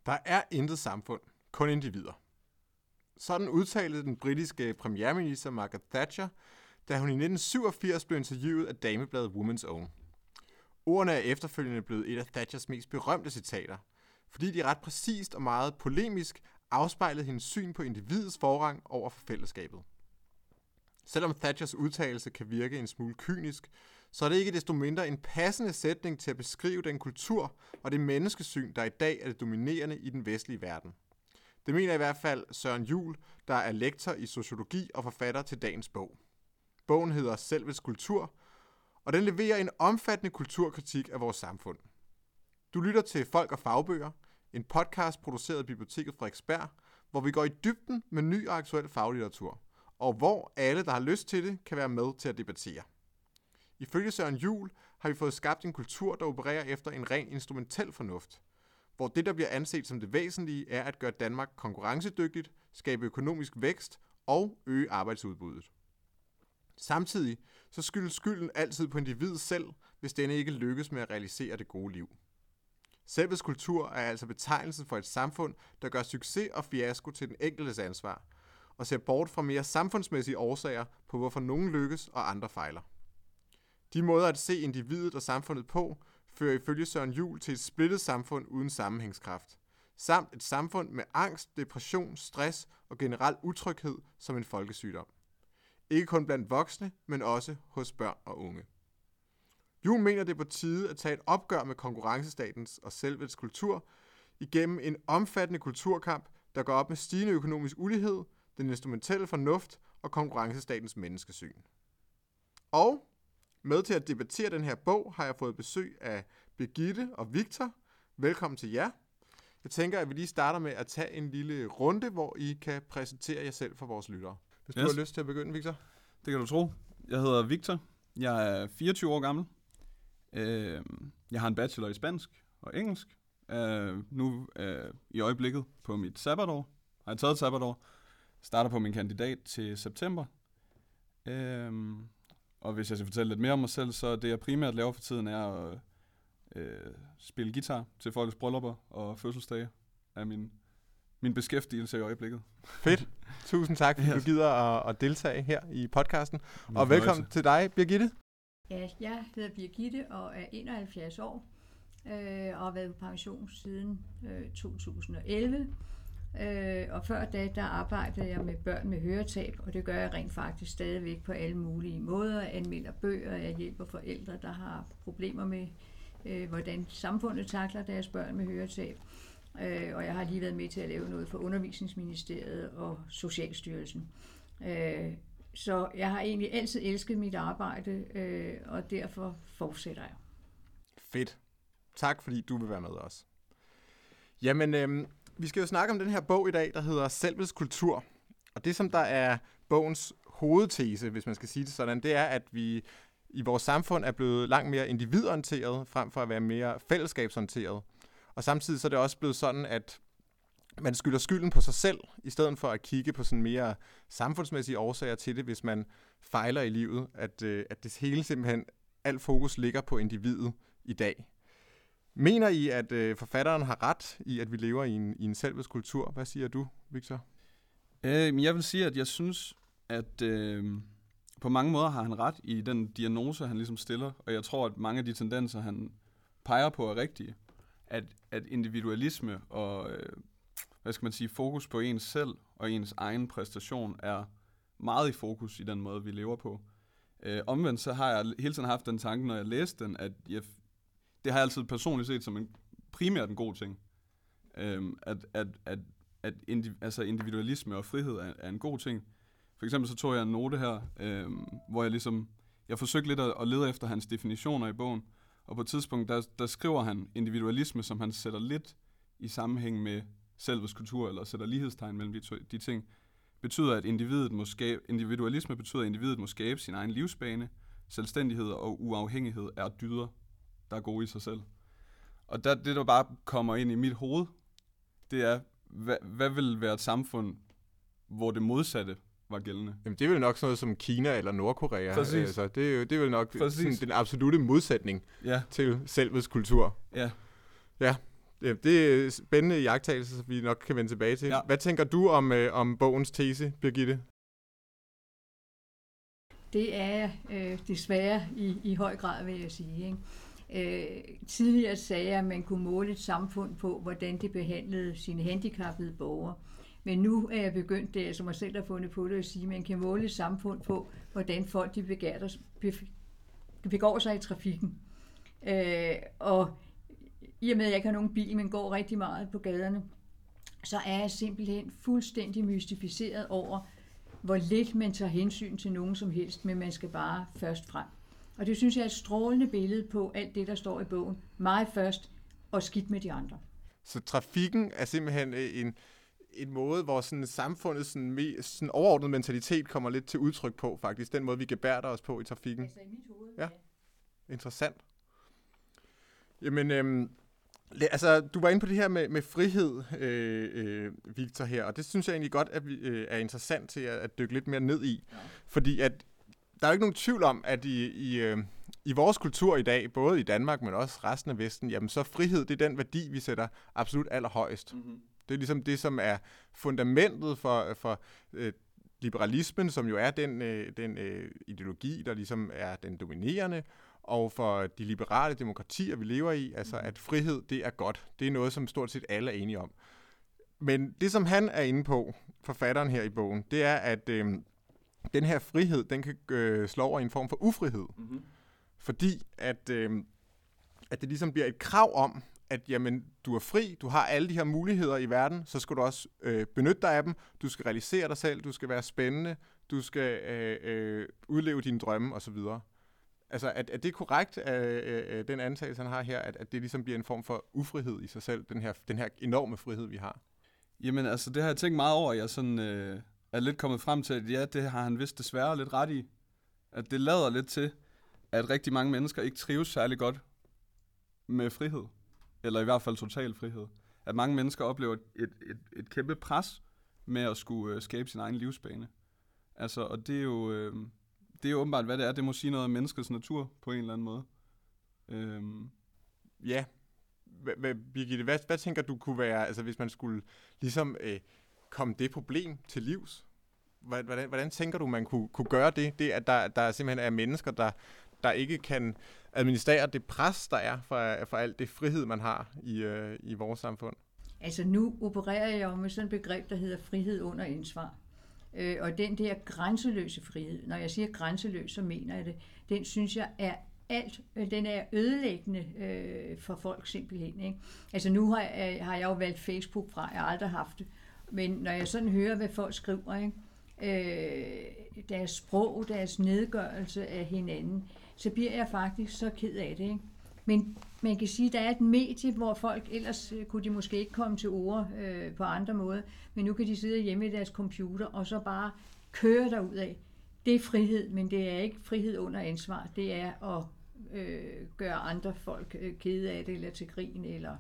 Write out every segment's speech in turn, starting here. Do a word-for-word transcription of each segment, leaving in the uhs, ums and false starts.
Der er intet samfund, kun individer. Sådan udtalte den britiske premierminister Margaret Thatcher, da hun i nitten syvogfirs blev interviewet af damebladet Woman's Own. Ordene er efterfølgende blevet et af Thatchers mest berømte citater, fordi de ret præcist og meget polemisk afspejlede hendes syn på individets forrang over for fællesskabet. Selvom Thatchers udtalelse kan virke en smule kynisk, så er det ikke desto mindre en passende sætning til at beskrive den kultur og det menneskesyn, der i dag er det dominerende i den vestlige verden. Det mener i hvert fald Søren Juhl, der er lektor i sociologi og forfatter til dagens bog. Bogen hedder Selvets kultur, og den leverer en omfattende kulturkritik af vores samfund. Du lytter til Folk og Fagbøger, en podcast produceret af Biblioteket Frederiksberg, hvor vi går i dybden med ny og aktuel faglitteratur, og hvor alle, der har lyst til det, kan være med til at debattere. Ifølge Søren Juhl har vi fået skabt en kultur, der opererer efter en ren instrumentel fornuft, hvor det, der bliver anset som det væsentlige, er at gøre Danmark konkurrencedygtigt, skabe økonomisk vækst og øge arbejdsudbuddet. Samtidig så skyldes skylden altid på individet selv, hvis denne ikke lykkes med at realisere det gode liv. Selvets kultur er altså betegnelsen for et samfund, der gør succes og fiasko til den enkeltes ansvar, og ser bort fra mere samfundsmæssige årsager på, hvorfor nogen lykkes og andre fejler. De måder at se individet og samfundet på, fører ifølge Søren Juhl til et splittet samfund uden sammenhængskraft, samt et samfund med angst, depression, stress og generel utryghed som en folkesygdom. Ikke kun blandt voksne, men også hos børn og unge. Juhl mener, det er på tide at tage et opgør med konkurrencestatens og selvets kultur igennem en omfattende kulturkamp, der går op med stigende økonomisk ulighed, den instrumentelle fornuft og konkurrencestatens menneskesyn. Og med til at debattere den her bog har jeg fået besøg af Birgitte og Victor. Velkommen til jer. Jeg tænker, at vi lige starter med at tage en lille runde, hvor I kan præsentere jer selv for vores lyttere. Hvis yes. du har lyst til at begynde, Victor. Det kan du tro. Jeg hedder Victor. Jeg er fireogtyve år gammel. Jeg har en bachelor i spansk og engelsk. Nu i øjeblikket på mit sabbatår. Har jeg taget et sabbatår. Starter på min kandidat til september. Og hvis jeg skal fortælle lidt mere om mig selv, så det jeg primært laver for tiden er at øh, spille guitar til folks bryllupper og fødselsdage af min, min beskæftigelse i øjeblikket. Fedt. Tusind tak, fordi yes. du gider at, at deltage her i podcasten. Min og velkommen fornøjelse. Til dig, Birgitte. Ja, jeg hedder Birgitte og er enoghalvfjerds år øh, og har været på pension siden øh, to tusind og elleve. Øh, og før da, der arbejdede jeg med børn med høretab, og det gør jeg rent faktisk stadigvæk på alle mulige måder. Jeg anmelder bøger, jeg hjælper forældre, der har problemer med, øh, hvordan samfundet takler deres børn med høretab. Øh, og jeg har lige været med til at lave noget for Undervisningsministeriet og Socialstyrelsen. Øh, så jeg har egentlig altid elsket mit arbejde, øh, og derfor fortsætter jeg. Fedt. Tak, fordi du vil være med os. Jamen, øh, vi skal jo snakke om den her bog i dag, der hedder Selvets kultur. Og det, som der er bogens hovedtese, hvis man skal sige det sådan, det er, at vi i vores samfund er blevet langt mere individorienteret, frem for at være mere fællesskabsorienteret. Og samtidig så er det også blevet sådan, at man skylder skylden på sig selv, i stedet for at kigge på sådan mere samfundsmæssige årsager til det, hvis man fejler i livet. At, at det hele simpelthen, alt fokus ligger på individet i dag. Mener I, at øh, forfatteren har ret i, at vi lever i en, i en selvets kultur? Hvad siger du, Victor? Øh, jeg vil sige, at jeg synes, at øh, på mange måder har han ret i den diagnose, han ligesom stiller. Og jeg tror, at mange af de tendenser, han peger på, er rigtige. At, at individualisme og øh, hvad skal man sige, fokus på ens selv og ens egen præstation er meget i fokus i den måde, vi lever på. Øh, omvendt så har jeg hele tiden haft den tanke, når jeg læste den, at jeg det har jeg altid personligt set som en primært en god ting. Øhm, at at, at, at indi- altså individualisme og frihed er, er en god ting. For eksempel så tog jeg en note her, øhm, hvor jeg ligesom, jeg forsøgte lidt at, at lede efter hans definitioner i bogen, og på et tidspunkt, der, der skriver han individualisme, som han sætter lidt i sammenhæng med selvets kultur, eller sætter lighedstegn mellem de, to, de ting, betyder, at individet må skabe, individualisme betyder, at individet må skabe sin egen livsbane, selvstændighed og uafhængighed er dyder, der er gode i sig selv. Og der, det, der bare kommer ind i mit hoved, det er, hvad, hvad vil være et samfund, hvor det modsatte var gældende? Jamen, det er vel nok sådan noget som Kina eller Nordkorea. Præcis. Altså, det, er jo, det er vel nok sådan, den absolute modsætning ja. til selvets kultur. Ja. Ja, Det er spændende iagttagelser, som vi nok kan vende tilbage til. Ja. Hvad tænker du om, øh, om bogens tese, Birgitte? Det er øh, desværre i, i høj grad, vil jeg sige. Ikke? Øh, tidligere sagde jeg, at man kunne måle et samfund på, hvordan det behandlede sine handicappede borgere. Men nu er jeg begyndt, det som jeg selv har fundet på det, at sige, at man kan måle et samfund på, hvordan folk de begærer, begår sig i trafikken. Øh, og i og med, at jeg ikke har nogen bil, men går rigtig meget på gaderne, så er jeg simpelthen fuldstændig mystificeret over, hvor lidt man tager hensyn til nogen som helst, men man skal bare først frem. Og det synes jeg er et strålende billede på alt det, der står i bogen. Mig først, og skidt med de andre. Så trafikken er simpelthen en, en måde, hvor sådan samfundets sådan, me, sådan overordnede mentalitet kommer lidt til udtryk på, faktisk. Den måde, vi gebærder os på i trafikken. Altså i mit hoved, ja. Interessant. Jamen, øhm, altså, du var inde på det her med, med frihed, øh, øh, Victor, her, og det synes jeg egentlig godt at vi, øh, er interessant til at, at dykke lidt mere ned i. Ja. Fordi at, der er jo ikke nogen tvivl om, at i, i, øh, i vores kultur i dag, både i Danmark, men også resten af Vesten, jamen så frihed, det er den værdi, vi sætter absolut allerhøjest. Mm-hmm. Det er ligesom det, som er fundamentet for, for øh, liberalismen, som jo er den, øh, den øh, ideologi, der ligesom er den dominerende, og for de liberale demokratier, vi lever i, altså at frihed, det er godt. Det er noget, som stort set alle er enige om. Men det, som han er inde på, forfatteren her i bogen, det er, at øh, den her frihed, den kan øh, slå over i en form for ufrihed. Mm-hmm. Fordi at, øh, at det ligesom bliver et krav om, at jamen, du er fri, du har alle de her muligheder i verden, så skal du også øh, benytte dig af dem, du skal realisere dig selv, du skal være spændende, du skal øh, øh, udleve dine drømme osv. Altså, er, er det korrekt, øh, øh, den antagelse, han har her, at, at det ligesom bliver en form for ufrihed i sig selv, den her, den her enorme frihed, vi har? Jamen, altså, det har jeg tænkt meget over, jeg sådan, øh, er lidt kommet frem til, at ja, det har han vist desværre lidt ret i. At det lader lidt til, at rigtig mange mennesker ikke trives særlig godt med frihed. Eller i hvert fald total frihed. At mange mennesker oplever et, et, et, et kæmpe pres med at skulle øh, skabe sin egen livsbane. Altså, og det er jo... Øh, Det er jo åbenbart, hvad det er. Det må sige noget om menneskets natur på en eller anden måde. Øhm. Ja. Birgitte, hvad, hvad tænker du kunne være, altså hvis man skulle ligesom øh, komme det problem til livs? Hvordan, hvordan tænker du, man kunne, kunne gøre det? Det, at der, der simpelthen er mennesker, der, der ikke kan administrere det pres, der er for, for alt det frihed, man har i, øh, i vores samfund? Altså nu opererer jeg jo med sådan et begreb, der hedder frihed under ansvar. Øh, og den der grænseløse frihed, når jeg siger grænseløs, så mener jeg det, den synes jeg er alt, den er ødelæggende øh, for folk simpelthen. Ikke? Altså nu har jeg, har jeg jo valgt Facebook fra, jeg har aldrig haft det, men når jeg sådan hører, hvad folk skriver, ikke? Øh, deres sprog, deres nedgørelse af hinanden, så bliver jeg faktisk så ked af det. Ikke? Men man kan sige, at der er et medie, hvor folk ellers øh, kunne de måske ikke komme til ord øh, på andre måder, men nu kan de sidde hjemme i deres computer og så bare køre derudad. Det er frihed, men det er ikke frihed under ansvar. Det er at øh, gøre andre folk øh, kede af det, eller til grin, eller...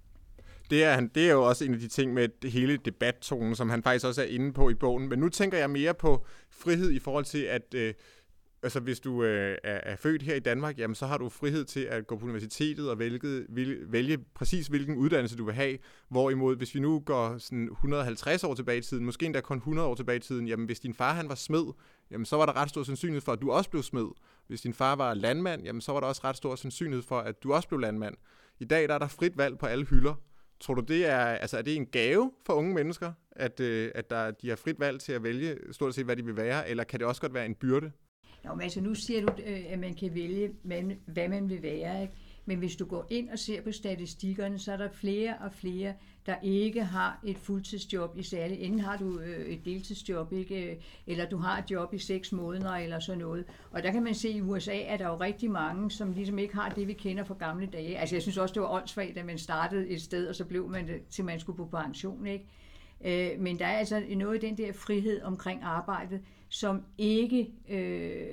Det er, han, det er jo også en af de ting med det hele debattonen, som han faktisk også er inde på i bogen. Men nu tænker jeg mere på frihed i forhold til, at øh, altså, hvis du øh, er, er født her i Danmark, jamen, så har du frihed til at gå på universitetet og vælge, vælge, vælge præcis hvilken uddannelse du vil have. Hvorimod, hvis vi nu går sådan et hundrede og halvtreds år tilbage i tiden, måske endda kun hundrede år tilbage i tiden, jamen hvis din far han var smed, jamen så var der ret stor sandsynlighed for, at du også blev smed. Hvis din far var landmand, jamen så var der også ret stor sandsynlighed for, at du også blev landmand. I dag der er der frit valg på alle hylder. Tror du, det er, altså, er det en gave for unge mennesker, at, øh, at der, de har frit valg til at vælge stort set, hvad de vil være, eller kan det også godt være en byrde? Nå, men altså nu siger du, at man kan vælge, hvad man vil være, ikke? Men hvis du går ind og ser på statistikkerne, så er der flere og flere, der ikke har et fuldtidsjob i særligt. Enten har du et deltidsjob, ikke? Eller du har et job i seks måneder eller sådan noget. Og der kan man se, at i U S A er der jo rigtig mange, som ligesom ikke har det, vi kender fra gamle dage. Altså jeg synes også, det var åndssvagt, da man startede et sted, og så blev man det, til man skulle på pension, ikke? Men der er altså noget i den der frihed omkring arbejdet, som ikke øh,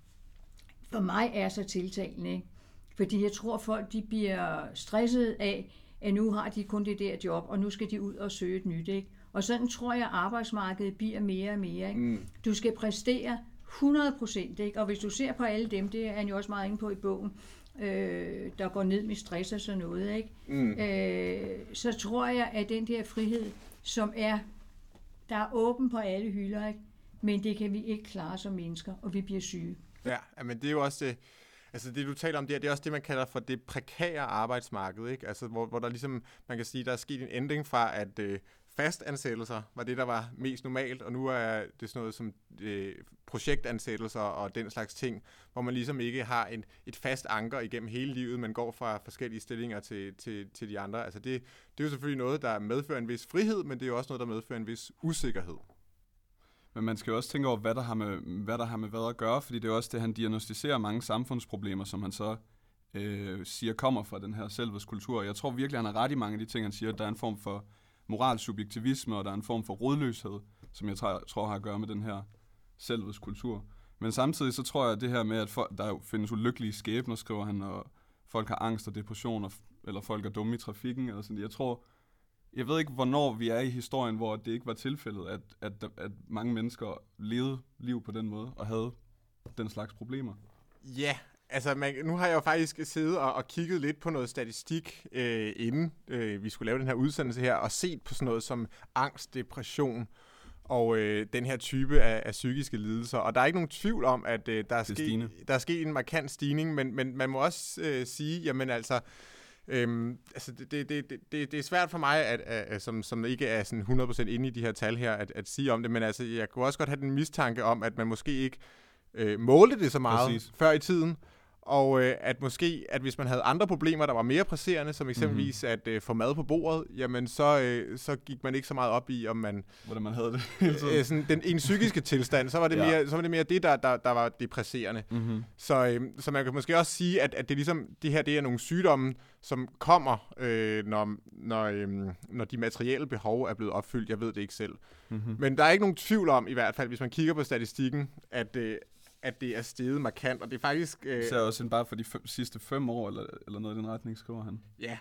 for mig er så tiltalende, ikke? Fordi jeg tror, folk de bliver stresset af, at nu har de kun det der job, og nu skal de ud og søge et nyt, ikke? Og sådan tror jeg, at arbejdsmarkedet bliver mere og mere, ikke? Mm. Du skal præstere hundrede procent, ikke? Og hvis du ser på alle dem, det er han jo også meget inde på i bogen, øh, der går ned med stress og sådan noget, ikke? Mm. Øh, så tror jeg, at den der frihed, som er, der er åben på alle hylder, ikke? Men det kan vi ikke klare som mennesker, og vi bliver syge. Ja, men det er jo også det, altså det du taler om der, det er også det, man kalder for det prekære arbejdsmarked, ikke? Altså hvor, hvor der ligesom, man kan sige, der er sket en ændring fra, at øh, fastansættelser var det, der var mest normalt, og nu er det sådan noget som øh, projektansættelser og den slags ting, hvor man ligesom ikke har en, et fast anker igennem hele livet, man går fra forskellige stillinger til, til, til de andre. Altså det, det er jo selvfølgelig noget, der medfører en vis frihed, men det er jo også noget, der medfører en vis usikkerhed. Men man skal jo også tænke over, hvad der har med hvad, der har med hvad at gøre, fordi det er også det, han diagnostiserer mange samfundsproblemer, som han så øh, siger kommer fra den her selvhedskultur. Jeg tror virkelig, han har ret i mange af de ting, han siger. Der er en form for moralsubjektivisme, og der er en form for rodløshed, som jeg tror, tror har at gøre med den her selvhedskultur. Men samtidig så tror jeg, at det her med, at folk, der findes ulykkelige skæbner, skriver han, og folk har angst og depression, eller folk er dumme i trafikken, eller sådan. Jeg tror, jeg ved ikke, hvornår vi er i historien, hvor det ikke var tilfældet, at, at, at mange mennesker levede liv på den måde, og havde den slags problemer. Ja, altså man, nu har jeg jo faktisk siddet og, og kigget lidt på noget statistik, øh, inden øh, vi skulle lave den her udsendelse her, og set på sådan noget som angst, depression og øh, den her type af, af psykiske lidelser. Og der er ikke nogen tvivl om, at øh, der, er sket, der er sket en markant stigning, men, men man må også øh, sige, jamen altså, Øhm, altså det, det, det, det, det er svært for mig, at, at, som, som ikke er sådan hundrede procent inde i de her tal her, at, at sige om det, men altså, jeg kunne også godt have den mistanke om, at man måske ikke øh, målte det så meget Præcis. før i tiden, og øh, at måske, at hvis man havde andre problemer, der var mere presserende, som eksempelvis mm-hmm. at øh, få mad på bordet, jamen så, øh, så gik man ikke så meget op i, om man... Hvordan man havde det. øh, sådan, den en psykiske tilstand, så var det, ja. mere, så var det mere det, der, der, der var det presserende. Mm-hmm. Så, øh, så man kan måske også sige, at, at det ligesom, det her det er nogle sygdomme, som kommer, øh, når, når, øh, når de materielle behov er blevet opfyldt. Jeg ved det ikke selv. Mm-hmm. Men der er ikke nogen tvivl om, i hvert fald, hvis man kigger på statistikken, at... Øh, at det er steget markant, og det er faktisk... Øh, så også bare for de fem, sidste fem år, eller, eller noget i den retning, skriver han. Ja.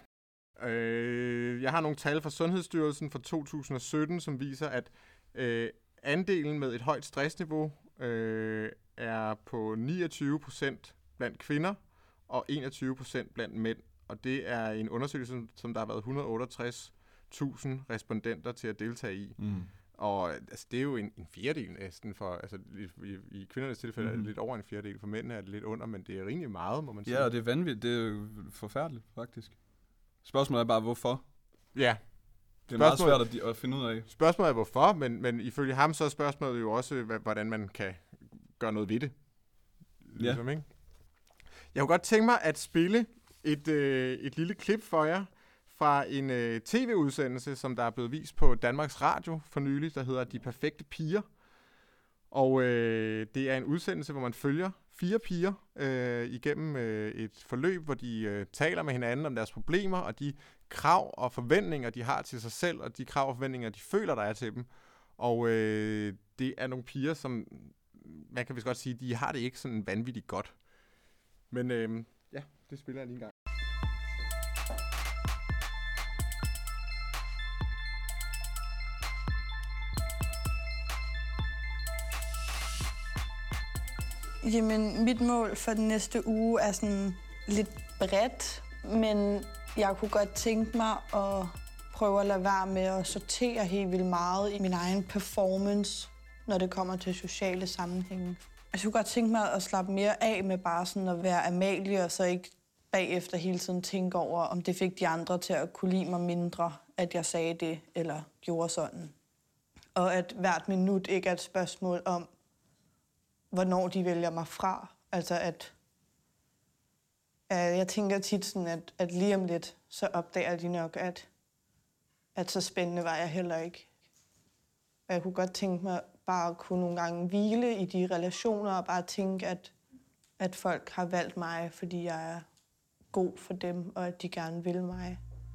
Øh, jeg har nogle tal fra Sundhedsstyrelsen fra to tusind og sytten, som viser, at øh, andelen med et højt stressniveau øh, er på niogtyve procent blandt kvinder, og enogtyve procent blandt mænd. Og det er en undersøgelse, som der har været et hundrede og otteogtres tusind respondenter til at deltage i. Mm. Og altså, det er jo en, en fjerdedel næsten for, altså i, i kvindernes tilfælde mm. er det lidt over en fjerdedel, for mændene er det lidt under, men det er rimelig meget, må man sige. Ja, og det er vanvittigt, det er jo forfærdeligt, faktisk. Spørgsmålet er bare, hvorfor? Ja. Det er meget svært at, at finde ud af. Spørgsmålet er, hvorfor, men, men ifølge ham, så er spørgsmålet jo også, hvordan man kan gøre noget ved det. Ligesom, ja. Ikke? Jeg kunne godt tænke mig at spille et, øh, et lille klip for jer, fra en øh, tv-udsendelse, som der er blevet vist på Danmarks Radio for nylig, der hedder De Perfekte Piger. Og øh, det er en udsendelse, hvor man følger fire piger øh, igennem øh, et forløb, hvor de øh, taler med hinanden om deres problemer, og de krav og forventninger, de har til sig selv, og de krav og forventninger, de føler, der er til dem. Og øh, det er nogle piger, som man kan vist godt sige, de har det ikke sådan vanvittigt godt. Men øh, ja, det spiller jeg lige en gang. Jamen, mit mål for den næste uge er sådan lidt bredt, men jeg kunne godt tænke mig at prøve at lade være med at sortere helt vildt meget i min egen performance, når det kommer til sociale sammenhænge. Jeg kunne godt tænke mig at slappe mere af med bare sådan at være Amalie, og så ikke bagefter hele tiden tænke over, om det fik de andre til at kunne lide mig mindre, at jeg sagde det eller gjorde sådan. Og at hvert minut ikke er et spørgsmål om, hvornår de vælger mig fra. Altså at, øh, jeg tænker tit sådan, at, at lige om lidt, så opdager de nok, at, at så spændende var jeg heller ikke. Og jeg kunne godt tænke mig bare at kunne nogle gange hvile i de relationer, og bare tænke, at, at folk har valgt mig, fordi jeg er god for dem, og at de gerne vil mig.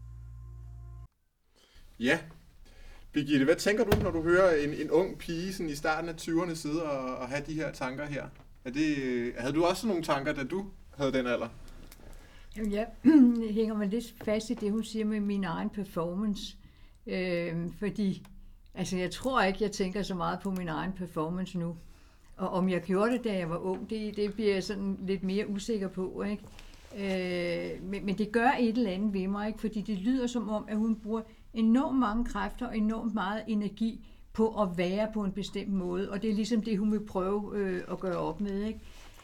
Ja. Birgitte, hvad tænker du, når du hører en, en ung pige sådan i starten af tyverne sidde og, og have de her tanker her? Er det, havde du også nogle tanker, da du havde den alder? Jamen, jeg hænger mig lidt fast i det, hun siger med min egen performance. Øh, fordi altså, jeg tror ikke, jeg tænker så meget på min egen performance nu. Og om jeg gjorde det, da jeg var ung, det, det bliver jeg sådan lidt mere usikker på, ikke? Øh, men, men det gør et eller andet ved mig, ikke? Fordi det lyder som om, at hun bruger enormt mange kræfter og enormt meget energi på at være på en bestemt måde, og det er ligesom det, hun vil prøve øh, at gøre op med, ikke?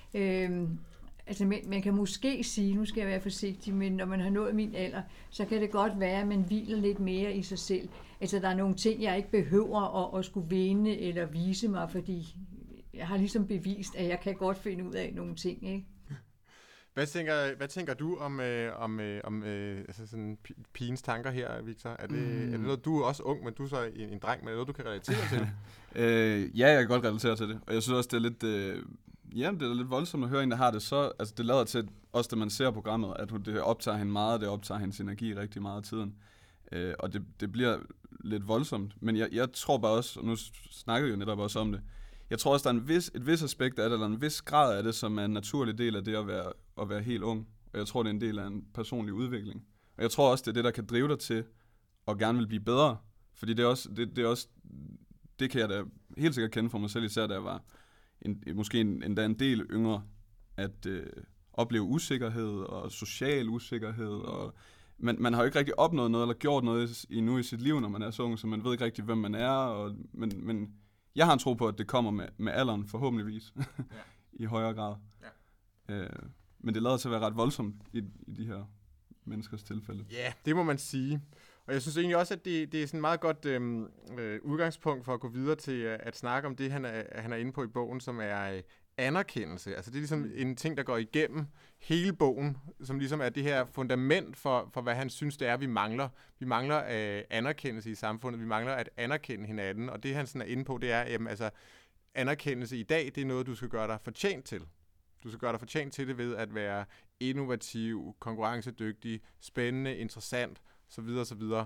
Øh, altså man, man kan måske sige, nu skal jeg være forsigtig, men når man har nået min alder, så kan det godt være, at man hviler lidt mere i sig selv. Altså der er nogle ting, jeg ikke behøver at, at skulle vinde eller vise mig, fordi jeg har ligesom bevist, at jeg kan godt finde ud af nogle ting, ikke? Hvad tænker, hvad tænker du om, øh, om, øh, om øh, altså sådan pigens tanker her, Victor? Er det, mm. er det noget, du er også ung, men du er så en, en dreng, men er det noget, du kan relatere til? øh, ja, jeg kan godt relatere til det. Og jeg synes også, det er lidt, øh, ja, det er lidt voldsomt at høre en, der har det så. Altså, det lader til, også da man ser programmet, at det optager hende meget, det optager hendes energi rigtig meget af tiden. Øh, og det, det bliver lidt voldsomt. Men jeg, jeg tror bare også, og nu snakker vi jo netop også om det, jeg tror også, der er en vis, et vis aspekt af det, eller en vis grad af det, som er en naturlig del af det at være, at være helt ung. Og jeg tror, det er en del af en personlig udvikling. Og jeg tror også, det er det, der kan drive dig til at gerne vil blive bedre. Fordi det er også, det, det er også, det kan jeg da helt sikkert kende for mig selv, især da jeg var en, måske en, endda en del yngre, at øh, opleve usikkerhed og social usikkerhed. Og man, man har jo ikke rigtig opnået noget, eller gjort noget endnu i sit liv, når man er så ung, så man ved ikke rigtig, hvem man er. Og, men, men jeg har en tro på, at det kommer med, med alderen, forhåbentligvis, ja. I højere grad. Ja. Øh, men det lader til at være ret voldsomt i, i de her menneskers tilfælde. Ja, det må man sige. Og jeg synes egentlig også, at det, det er sådan et meget godt øhm, øh, udgangspunkt for at gå videre til at, at snakke om det, han er, han er inde på i bogen, som er øh, anerkendelse. Altså det er ligesom en ting, der går igennem hele bogen, som ligesom er det her fundament for, for hvad han synes, det er, vi mangler. Vi mangler øh, anerkendelse i samfundet. Vi mangler at anerkende hinanden. Og det, han sådan er inde på, det er, jamen, altså, anerkendelse i dag, det er noget, du skal gøre dig fortjent til. Du skal gøre dig fortjent til det ved at være innovativ, konkurrencedygtig, spændende, interessant, så videre, så videre.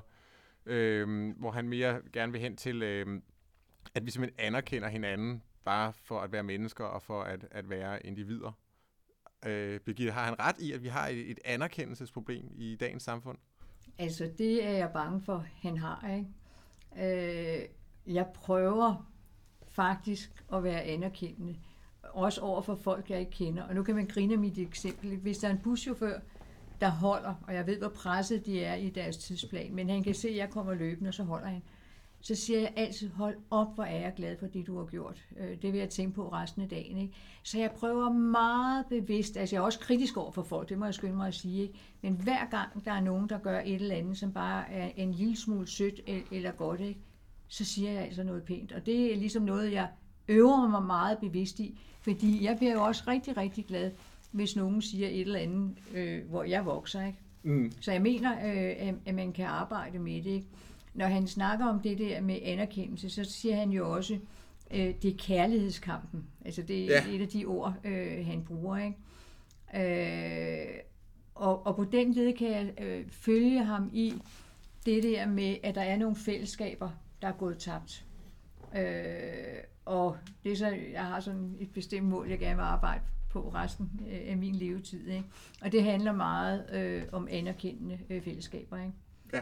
Øhm, hvor han mere gerne vil hen til, øhm, at vi simpelthen anerkender hinanden, bare for at være mennesker og for at, at være individer. Øh, Birgitte, har han ret i, at vi har et, et anerkendelsesproblem i dagens samfund? Altså, det er jeg bange for, han har, ikke? Øh, jeg prøver faktisk at være anerkendende, også over for folk, jeg ikke kender. Og nu kan man grine af mit eksempel. Hvis der er en buschauffør, der holder, og jeg ved, hvor presset de er i deres tidsplan, men han kan se, at jeg kommer løbende, og så holder han. Så siger jeg altid, hold op, hvor er jeg glad for det, du har gjort. Det vil jeg tænke på resten af dagen, ikke? Så jeg prøver meget bevidst, altså jeg er også kritisk over for folk, det må jeg skynde mig at sige, ikke? Men hver gang der er nogen, der gør et eller andet, som bare er en lille smule sødt eller godt, ikke? Så siger jeg altså noget pænt. Og det er ligesom noget, jeg øver mig meget bevidst i, fordi jeg bliver jo også rigtig, rigtig glad, hvis nogen siger et eller andet, øh, hvor jeg vokser, ikke? Mm. Så jeg mener, øh, at, at man kan arbejde med det, ikke? Når han snakker om det der med anerkendelse, så siger han jo også, øh, det er kærlighedskampen. Altså det er ja. et af de ord, øh, han bruger, ikke? Øh, og, og på den led kan jeg øh, følge ham i det der med, at der er nogle fællesskaber, der er gået tabt. Øh, og det er så, jeg har sådan et bestemt mål, jeg gerne vil arbejde på resten af min levetid, ikke? Og det handler meget øh, om anerkendende øh, fællesskaber, ikke? Ja.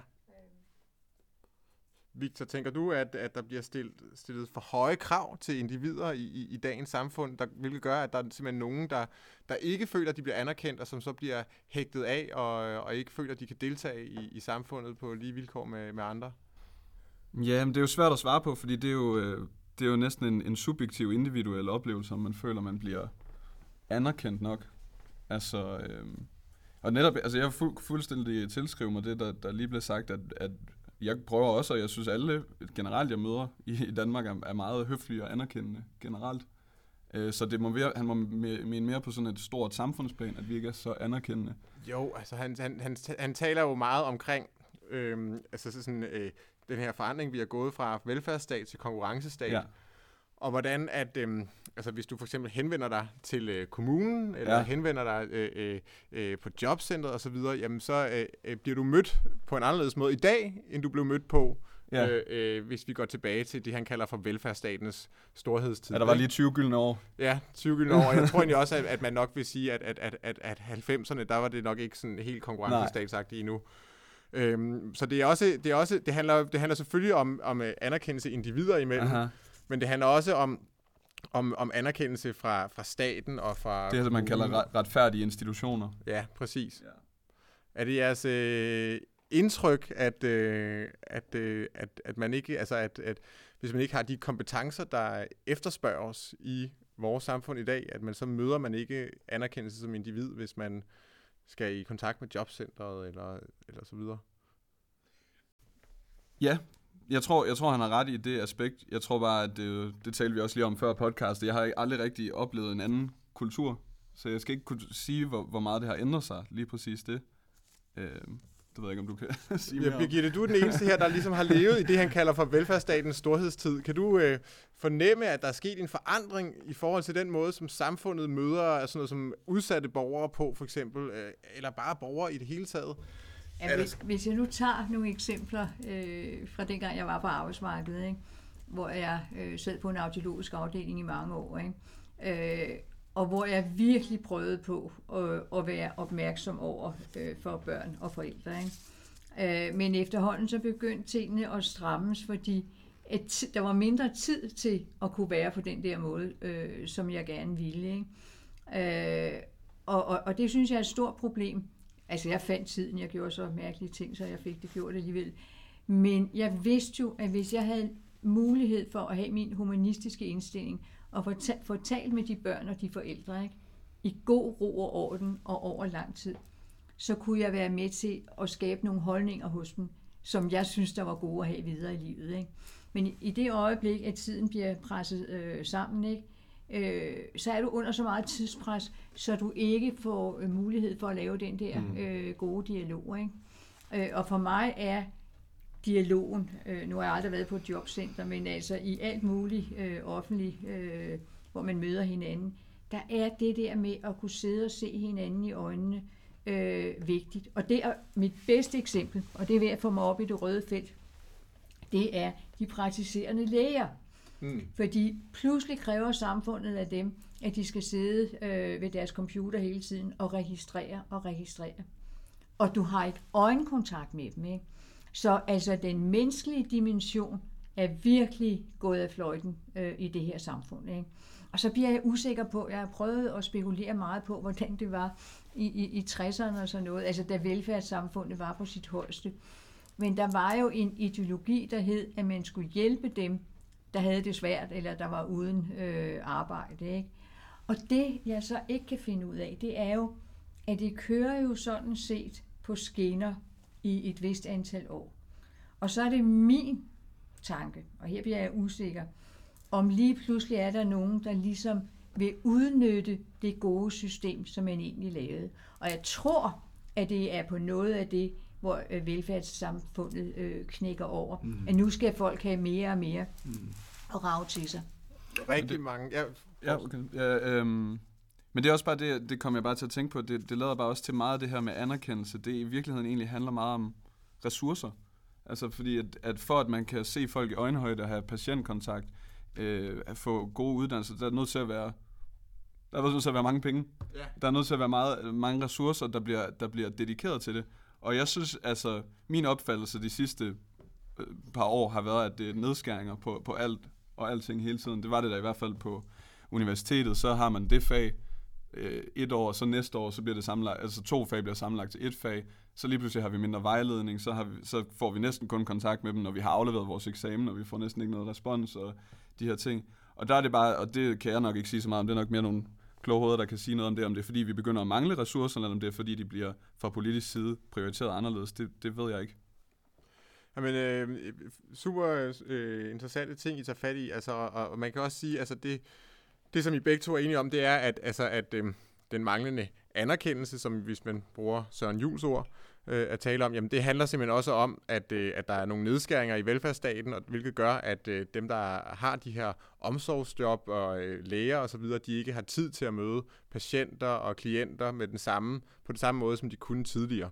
Victor, tænker du, at, at der bliver stillet, stillet for høje krav til individer i, i, i dagens samfund, der, hvilket gør, at der er simpelthen nogen, der, der ikke føler, at de bliver anerkendt, og som så bliver hægtet af, og, og ikke føler, at de kan deltage i, i samfundet på lige vilkår med, med andre? Ja, men det er jo svært at svare på, fordi det er jo, det er jo næsten en, en subjektiv, individuel oplevelse, om man føler, man bliver anerkendt nok. Altså, øh, og netop, altså jeg er fu- fuldstændig tilskrive mig det, der, der lige blev sagt, at, at jeg prøver også, og jeg synes alle generelt, jeg møder i, i Danmark, er, er meget høflige og anerkendende generelt. Øh, så det må være, han må mene mere på sådan et stort samfundsplan, at vi ikke er så anerkendende. Jo, altså han, han, han, han taler jo meget omkring øh, altså sådan, øh, den her forandring, vi har gået fra velfærdsstat til konkurrencestat. Ja. Og hvordan, at øhm, altså hvis du for eksempel henvender dig til øh, kommunen, eller ja. henvender dig øh, øh, på jobcentret og så videre, jamen så øh, bliver du mødt på en anderledes måde i dag, end du blev mødt på, ja. øh, øh, hvis vi går tilbage til det, han kalder for velfærdsstatens storhedstid. Ja, der var lige tyve gyldne år. Ja, tyve gyldne år. Jeg tror egentlig også, at, at man nok vil sige, at, at, at, at, at halvfemserne, der var det nok ikke sådan helt konkurrencestatsagtigt endnu. Øhm, så det er også, det er også, det handler, det handler selvfølgelig om, om anerkendelse individer imellem, aha. Men det handler også om, om, om anerkendelse fra, fra staten og fra... Det er det, man kalder ret, retfærdige institutioner. Ja, præcis. Ja. Er det jeres øh, indtryk, at, øh, at, øh, at, at man ikke, altså at, at hvis man ikke har de kompetencer, der efterspørges i vores samfund i dag, at man så møder man ikke anerkendelse som individ, hvis man skal i kontakt med jobcentret eller, eller så videre? Ja, jeg tror, jeg tror, han har ret i det aspekt. Jeg tror bare, at det, det talte vi også lige om før podcastet. Jeg har aldrig rigtig oplevet en anden kultur, så jeg skal ikke kunne sige, hvor, hvor meget det har ændret sig, lige præcis det. Øh, det ved jeg ikke, om du kan sige mere ja, om. Birgitte, du er den eneste her, der ligesom har levet i det, han kalder for velfærdsstatens storhedstid. Kan du øh, fornemme, at der er sket en forandring i forhold til den måde, som samfundet møder sådan noget som udsatte borgere på, for eksempel, øh, eller bare borgere i det hele taget? Ja, hvis, hvis jeg nu tager nogle eksempler øh, fra dengang, jeg var på arbejdsmarkedet, ikke? Hvor jeg øh, sad på en audiologisk afdeling i mange år, ikke? Øh, og hvor jeg virkelig prøvede på at, at være opmærksom over øh, for børn og forældre. Ikke? Øh, men efterhånden så begyndte tingene at strammes, fordi at der var mindre tid til at kunne være på den der måde, øh, som jeg gerne ville. Ikke? Øh, og, og, og det synes jeg er et stort problem. Altså jeg fandt tiden, jeg gjorde så mærkelige ting, så jeg fik det gjort alligevel. Men jeg vidste jo, at hvis jeg havde mulighed for at have min humanistiske indstilling, og få, ta- få talt med de børn og de forældre, ikke? I god ro og orden og over lang tid, så kunne jeg være med til at skabe nogle holdninger hos dem, som jeg synes, der var gode at have videre i livet. Ikke? Men i, i det øjeblik, at tiden bliver presset øh, sammen, ikke? Øh, så er du under så meget tidspres, så du ikke får øh, mulighed for at lave den der øh, gode dialog. Ikke? Øh, og for mig er dialogen, øh, nu har jeg aldrig været på et jobcenter, men altså i alt muligt øh, offentligt, øh, hvor man møder hinanden, der er det der med at kunne sidde og se hinanden i øjnene øh, vigtigt. Og det er mit bedste eksempel, og det er ved at få mig op i det røde felt, det er de praktiserende læger. Mm. Fordi pludselig kræver samfundet af dem, at de skal sidde øh, ved deres computer hele tiden og registrere og registrere. Og du har ikke øjenkontakt med dem, ikke? Så altså den menneskelige dimension er virkelig gået af fløjten øh, i det her samfund. Ikke? Og så bliver jeg usikker på, jeg har prøvet at spekulere meget på, hvordan det var i, i, i tresserne og sådan noget, altså da velfærdssamfundet var på sit højeste. Men der var jo en ideologi, der hed, at man skulle hjælpe dem, der havde det svært, eller der var uden øh, arbejde. Ikke? Og det, jeg så ikke kan finde ud af, det er jo, at det kører jo sådan set på skinner i et vist antal år. Og så er det min tanke, og her bliver jeg usikker, om lige pludselig er der nogen, der ligesom vil udnytte det gode system, som man egentlig lavede. Og jeg tror, at det er på noget af det, hvor velfærdssamfundet øh, knækker over. Mm. At nu skal folk have mere og mere mm. og rage til sig. Rigtig mange. Ja, ja, okay. ja øhm. Men det er også bare det, det kommer jeg bare til at tænke på, det, det lader bare også til meget af det her med anerkendelse. Det i virkeligheden egentlig handler meget om ressourcer. Altså fordi, at, at for at man kan se folk i øjenhøjde og have patientkontakt, øh, at få gode uddannelser, der er nødt til at være, der er nødt til at være mange penge. Yeah. Der er nødt til at være meget, mange ressourcer, der bliver, der bliver dedikeret til det. Og jeg synes, altså, min opfattelse de sidste øh, par år har været, at det er nedskæringer på, på alt og alting hele tiden. Det var det der i hvert fald på universitetet, så har man det fag, et år, så næste år, så bliver det sammenlagt, altså to fag bliver sammenlagt til et fag, så lige pludselig har vi mindre vejledning, så, har vi, så får vi næsten kun kontakt med dem, når vi har afleveret vores eksamen, og vi får næsten ikke noget respons og de her ting. Og der er det bare, og det kan jeg nok ikke sige så meget om, det er nok mere nogle kloge hoveder, der kan sige noget om det, om det er fordi vi begynder at mangle ressourcer, eller om det er fordi de bliver fra politisk side prioriteret anderledes, det, det ved jeg ikke. Jamen, øh, super øh, interessante ting, I tager fat i, altså, og, og man kan også sige, altså det Det, som I begge to er enige om, det er, at, altså, at øh, den manglende anerkendelse, som hvis man bruger Søren Juhls ord øh, at tale om, jamen det handler simpelthen også om, at, øh, at der er nogle nedskæringer i velfærdsstaten, og, hvilket gør, at øh, dem, der har de her omsorgsjob og øh, læger osv., de ikke har tid til at møde patienter og klienter med den samme, på den samme måde, som de kunne tidligere.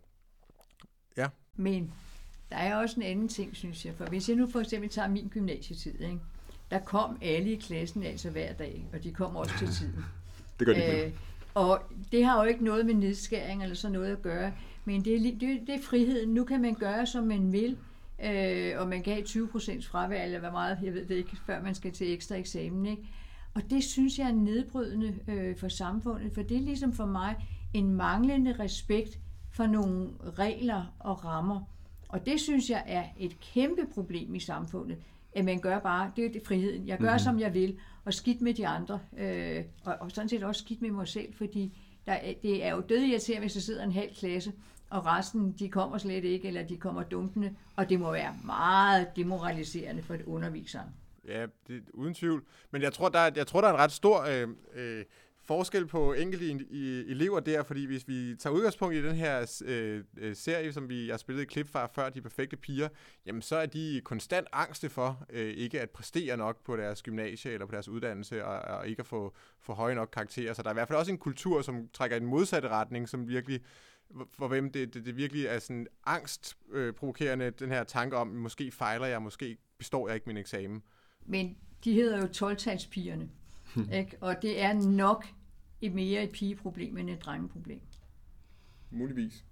Ja. Men der er også en anden ting, synes jeg, for hvis jeg nu for eksempel tager min gymnasietid, ikke? Der kom alle i klassen altså hver dag, og de kom også til tiden. Det gør de ikke. Og det har jo ikke noget med nedskæring eller sådan noget at gøre, men det er, det, det er friheden. Nu kan man gøre, som man vil, øh, og man kan have tyve procent fravær, eller hvad meget, jeg ved det ikke, før man skal til ekstra eksamen, ikke? Og det synes jeg er nedbrydende øh, for samfundet, for det er ligesom for mig en manglende respekt for nogle regler og rammer. Og det synes jeg er et kæmpe problem i samfundet, at man gør bare, det er det friheden, jeg gør mm-hmm. som jeg vil, og skidt med de andre, øh, og, og sådan set også skidt med mig selv, fordi der, det er jo dødirriterende, hvis der sidder en halv klasse, og resten, de kommer slet ikke, eller de kommer dumpende, og det må være meget demoraliserende for et underviseren. Ja, det er uden tvivl. Men jeg tror, der er, jeg tror, der er en ret stor øh, øh, forskel på enkelte i, i, elever der, fordi hvis vi tager udgangspunkt i den her øh, serie, som vi har spillet et klip fra før, De Perfekte Piger, jamen så er de konstant angste for øh, ikke at præstere nok på deres gymnasie eller på deres uddannelse, og, og ikke at få, få høje nok karakterer. Så der er i hvert fald også en kultur, som trækker i den modsatte retning, som virkelig, for hvem det, det, det virkelig er sådan angstprovokerende, øh, den her tanke om, måske fejler jeg, måske består jeg ikke min eksamen. Men de hedder jo tolv-talspigerne, ikke? Og det er nok et mere et pigeproblem end et drengeproblem. Muligvis.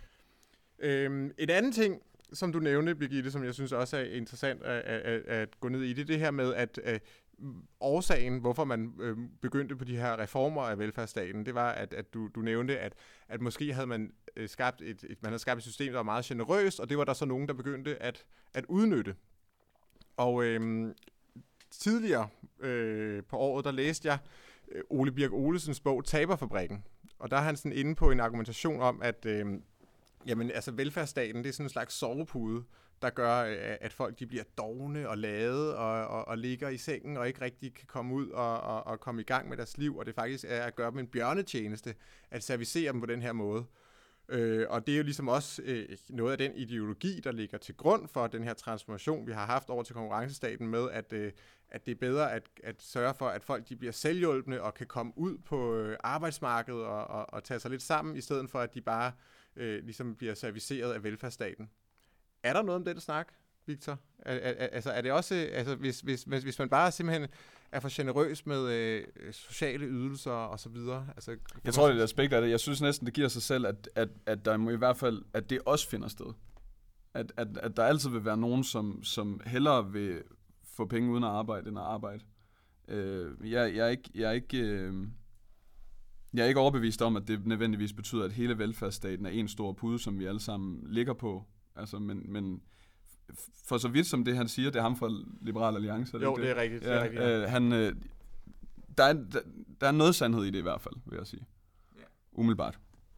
Øhm, en anden ting, som du nævnte, Birgitte, som jeg synes også er interessant at, at, at gå ned i, det er det her med, at øh, årsagen, hvorfor man øh, begyndte på de her reformer af velfærdsstaten, det var, at, at du, du nævnte, at, at måske havde man øh, skabt et, et, man havde skabt et system, der var meget generøst, og det var der så nogen, der begyndte at, at udnytte. Og øh, tidligere øh, på året, der læste jeg øh, Ole Birk Olesens bog Taberfabrikken. Og der er han sådan inde på en argumentation om, at øh, jamen, altså, velfærdsstaten, det er sådan en slags sovepude, der gør, øh, at folk de bliver dovne og lade og, og, og ligger i sengen og ikke rigtig kan komme ud og, og, og komme i gang med deres liv. Og det faktisk er at gøre dem en bjørnetjeneste, at servicere dem på den her måde. Øh, og det er jo ligesom også øh, noget af den ideologi, der ligger til grund for den her transformation, vi har haft over til konkurrencestaten med, at, øh, at det er bedre at, at sørge for, at folk de bliver selvhjulpne og kan komme ud på øh, arbejdsmarkedet og, og, og tage sig lidt sammen, i stedet for at de bare øh, ligesom bliver serviceret af velfærdsstaten. Er der noget om den snak, Victor? Er, er, altså er det også, altså hvis, hvis, hvis man bare simpelthen er for generøs med øh, sociale ydelser og så videre? Altså, jeg tror, det er et aspekt af det. Jeg synes næsten, det giver sig selv, at, at, at der må i hvert fald, at det også finder sted. At, at, at der altid vil være nogen, som, som hellere vil få penge uden at arbejde, end at arbejde. Øh, jeg, jeg, er ikke, jeg, er ikke, øh, jeg er ikke overbevist om, at det nødvendigvis betyder, at hele velfærdsstaten er en stor pude, som vi alle sammen ligger på. Altså, men, men for så vidt som det, han siger, det er ham fra Liberal Alliance. Er det jo, ikke det er rigtigt. Ja, det er rigtigt ja. øh, han, øh, der, er, der, der er noget sandhed i det i hvert fald, vil jeg sige. Ja. Umiddelbart.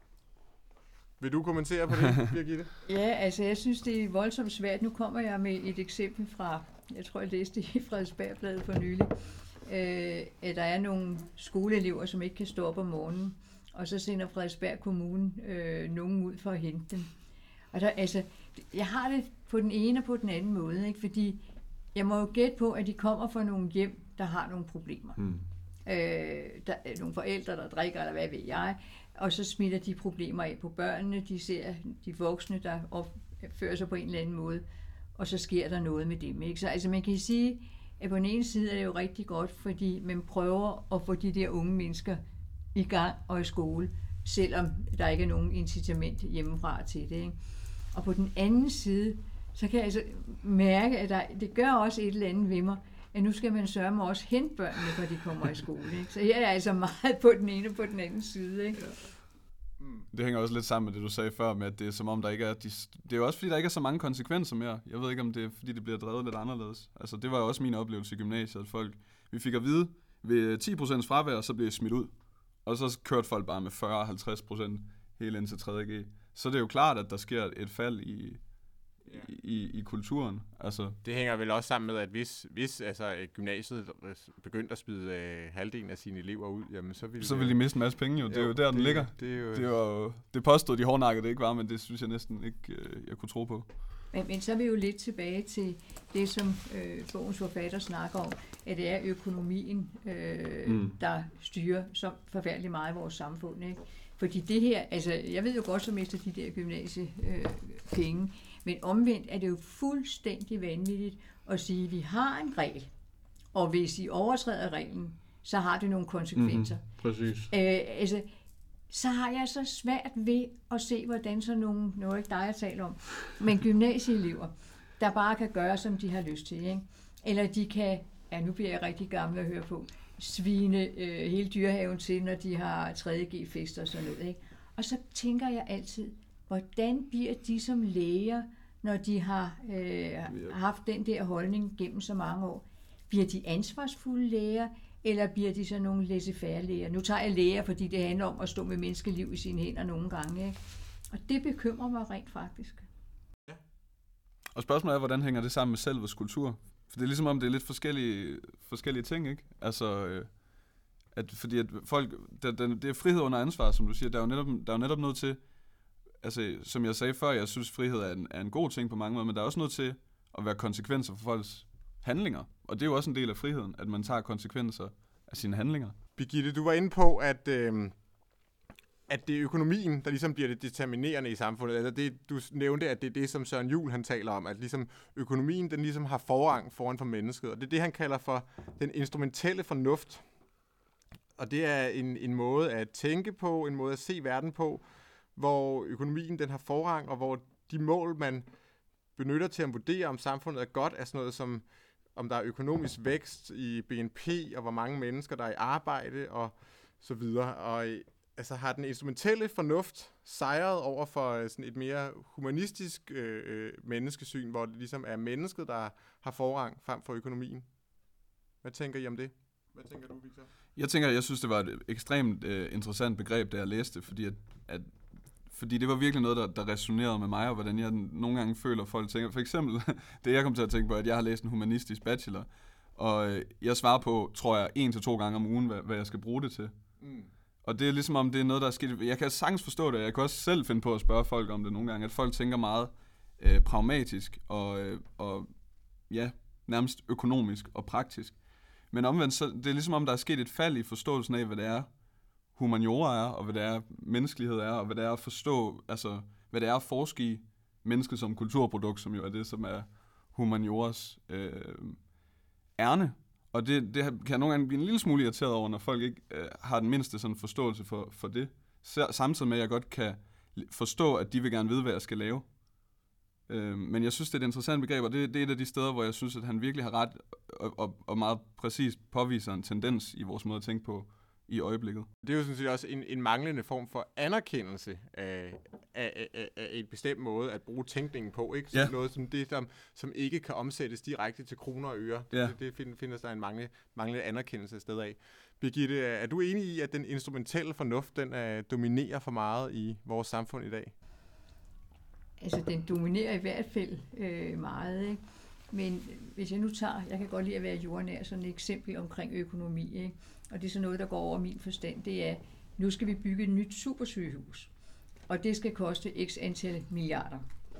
Vil du kommentere på det, Birgitte? Ja, altså jeg synes, det er voldsomt svært. Nu kommer jeg med et eksempel fra, jeg tror, jeg læste det i Frederiksbergbladet for nylig, øh, at der er nogle skoleelever, som ikke kan stå op om morgenen, og så sender Frederiksberg Kommune øh, nogen ud for at hente dem. Og der, altså, jeg har det på den ene og på den anden måde, ikke? Fordi jeg må jo gætte på, at de kommer fra nogle hjem, der har nogle problemer. Mm. Øh, der er nogle forældre, der drikker, eller hvad ved jeg, og så smitter de problemer af på børnene. De ser de voksne, der opfører sig på en eller anden måde, og så sker der noget med dem. Ikke? Så altså, man kan sige, at på den ene side er det jo rigtig godt, fordi man prøver at få de der unge mennesker i gang og i skole, selvom der ikke er nogen incitament hjemmefra til det. Ikke? Og på den anden side, så kan jeg altså mærke, at der, det gør også et eller andet ved mig, at nu skal man sørge mig også hente børnene, når de kommer i skole. Ikke? Så her er altså meget på den ene og på den anden side. Ikke? Ja. Det hænger også lidt sammen med det, du sagde før, med at det er som om, der ikke er... De, det er jo også fordi, der ikke er så mange konsekvenser mere. Jeg ved ikke, om det er fordi, det bliver drevet lidt anderledes. Altså, det var jo også min oplevelse i gymnasiet, at folk... Vi fik at vide, ved ti procent fravær, så blev jeg smidt ud. Og så kørte folk bare med fyrre til halvtreds procent helt ind til tredje G. Så det er jo klart, at der sker et fald i... Ja. I, i kulturen. Altså. Det hænger vel også sammen med, at hvis, hvis altså, gymnasiet begyndte at smide øh, halvdelen af sine elever ud, jamen så ville, så ville de miste en masse penge jo. Det er jo, jo der, den det, ligger. Det, er jo, det, var, det påstod de hårdnakkede, det ikke var, men det synes jeg næsten ikke, øh, jeg kunne tro på. Men, men så er vi jo lidt tilbage til det, som øh, bogens forfatter snakker om, at det er økonomien, øh, mm. der styrer så forfærdeligt meget i vores samfund. Ikke? Fordi det her, altså jeg ved jo godt, så mister de der gymnasiepenge, øh, men omvendt er det jo fuldstændig vanvittigt at sige, at vi har en regel, og hvis I overtræder reglen, så har det nogle konsekvenser. Mm-hmm. Præcis. Øh, altså, så har jeg så svært ved at se, hvordan så nogle, nu er ikke dig, jeg taler om, men gymnasieelever, der bare kan gøre, som de har lyst til. Ikke? Eller de kan, ja nu bliver jeg rigtig gammel at høre på, svine øh, hele dyrehaven til, når de har tredje G-fester og sådan noget. Ikke? Og så tænker jeg altid, hvordan bliver de som læger, når de har øh, haft den der holdning gennem så mange år? Bliver de ansvarsfulde læger, eller bliver de så nogle laissez-faire læger? Nu tager jeg læger, fordi det handler om at stå med menneskeliv i sine hænder nogle gange. Ikke? Og det bekymrer mig rent faktisk. Ja. Og spørgsmålet er, hvordan hænger det sammen med selvets kultur? For det er ligesom om, det er lidt forskellige, forskellige ting, ikke? Altså, øh, at, fordi at folk, det, det, det er frihed under ansvar, som du siger. Der er jo netop, der er jo netop noget til, altså, som jeg sagde før, jeg synes, frihed er en, er en god ting på mange måder, men der er også noget til at være konsekvenser for folks handlinger. Og det er jo også en del af friheden, at man tager konsekvenser af sine handlinger. Birgitte, du var inde på, at, øh, at det er økonomien, der ligesom bliver det determinerende i samfundet. Altså det, du nævnte, at det er det, som Søren Juhl han taler om, at ligesom økonomien den ligesom har forrang foran for mennesket. Og det er det, han kalder for den instrumentelle fornuft. Og det er en, en måde at tænke på, en måde at se verden på, hvor økonomien den har forrang, og hvor de mål, man benytter til at vurdere, om samfundet er godt, er sådan noget som, om der er økonomisk vækst i B N P, og hvor mange mennesker, der er i arbejde, og så videre. Og altså har den instrumentelle fornuft sejret over for sådan et mere humanistisk øh, menneskesyn, hvor det ligesom er mennesket, der har forrang frem for økonomien. Hvad tænker I om det? Hvad tænker du, Victor? Jeg tænker, jeg synes, det var et ekstremt øh, interessant begreb, da jeg læste, fordi at, at Fordi det var virkelig noget, der, der resonerede med mig, og hvordan jeg nogle gange føler, folk tænker. For eksempel, det jeg kom til at tænke på, at jeg har læst en humanistisk bachelor, og jeg svarer på, tror jeg, en til to gange om ugen, hvad, hvad jeg skal bruge det til. Mm. Og det er ligesom om, det er noget, der er sket. Jeg kan sagtens forstå det, jeg kan også selv finde på at spørge folk om det nogle gange, at folk tænker meget øh, pragmatisk, og, øh, og ja, nærmest økonomisk og praktisk. Men omvendt, så det er ligesom om, der er sket et fald i forståelsen af, hvad det er, humaniora er, og hvad det er, menneskelighed er, og hvad det er at forstå, altså, hvad det er at forske i mennesket som kulturprodukt, som jo er det, som er humanioras øh, ærne. Og det, det kan jeg nogle gange blive en lille smule irriteret over, når folk ikke øh, har den mindste sådan forståelse for, for det. Samtidig med, at jeg godt kan forstå, at de vil gerne vide, hvad jeg skal lave. Øh, men jeg synes, det er et interessant begreb, og det, det er et af de steder, hvor jeg synes, at han virkelig har ret, og, og, og meget præcist påviser en tendens i vores måde at tænke på i øjeblikket. Det er jo sådan set også en, en manglende form for anerkendelse af, af, af, af et bestemt måde at bruge tænkningen på, ikke? Ja. Noget som det, der, som ikke kan omsættes direkte til kroner og øre. Ja. Det, det find, findes der en manglende, manglende anerkendelse sted af. Birgitte, er du enig i, at den instrumentelle fornuft, den uh, dominerer for meget i vores samfund i dag? Altså, den dominerer i hvert fald øh, meget, ikke? Men hvis jeg nu tager, jeg kan godt lide at være jordnær, sådan et eksempel omkring økonomi, ikke? Og det er så noget, der går over min forstand, det er, nu skal vi bygge et nyt supersygehus, og det skal koste x antal milliarder.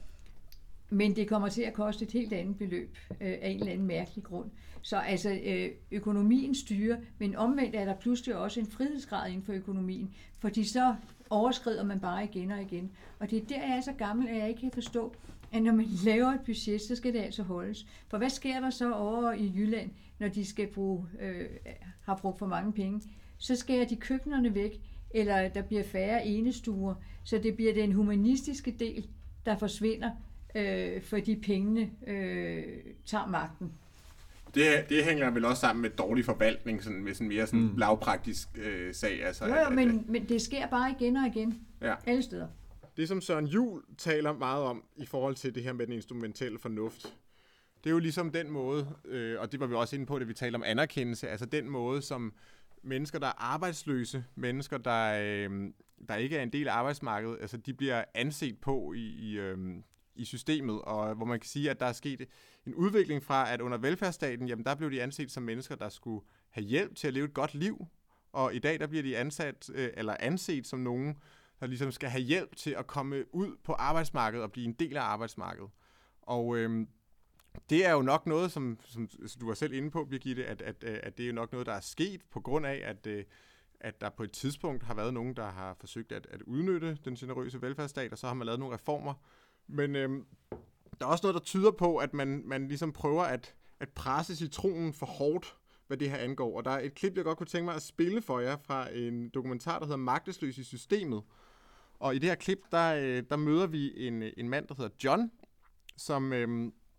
Men det kommer til at koste et helt andet beløb øh, af en eller anden mærkelig grund. Så altså øh, økonomien styrer, men omvendt er der pludselig også en frihedsgrad inden for økonomien, fordi så overskrider man bare igen og igen. Og det er der, jeg er så gammel, at jeg ikke kan forstå, at når man laver et budget, så skal det altså holdes. For hvad sker der så over i Jylland, når de skal bruge, øh, har brugt for mange penge? Så skærer de køkkenerne væk, eller der bliver færre enestuer, så det bliver den humanistiske del, der forsvinder, øh, fordi pengene øh, tager magten. Det, det hænger vel også sammen med dårlig forvaltning, sådan, med sådan mere sådan mm. lavpraktisk øh, sag. Altså, jo, jo, at, men, at, men det sker bare igen og igen, ja. Alle steder. Det, som Søren Juhl taler meget om i forhold til det her med den instrumentelle fornuft, det er jo ligesom den måde, øh, og det var vi også inde på, det vi talte om anerkendelse, altså den måde, som mennesker, der er arbejdsløse, mennesker, der, øh, der ikke er en del af arbejdsmarkedet, altså de bliver anset på i, i, øh, i systemet, og hvor man kan sige, at der er sket en udvikling fra, at under velfærdsstaten, jamen der blev de anset som mennesker, der skulle have hjælp til at leve et godt liv, og i dag der bliver de ansat, øh, eller anset som nogen, der ligesom skal have hjælp til at komme ud på arbejdsmarkedet og blive en del af arbejdsmarkedet. Og øh, det er jo nok noget, som, som du var selv inde på, Birgitte, at, at, at det er jo nok noget, der er sket på grund af, at, at der på et tidspunkt har været nogen, der har forsøgt at, at udnytte den generøse velfærdsstat, og så har man lavet nogle reformer. Men øhm, der er også noget, der tyder på, at man, man ligesom prøver at, at presse citronen for hårdt, hvad det her angår. Og der er et klip, jeg godt kunne tænke mig at spille for jer fra en dokumentar, der hedder Magtesløs i systemet. Og i det her klip, der, der møder vi en, en mand, der hedder John, som... Øhm,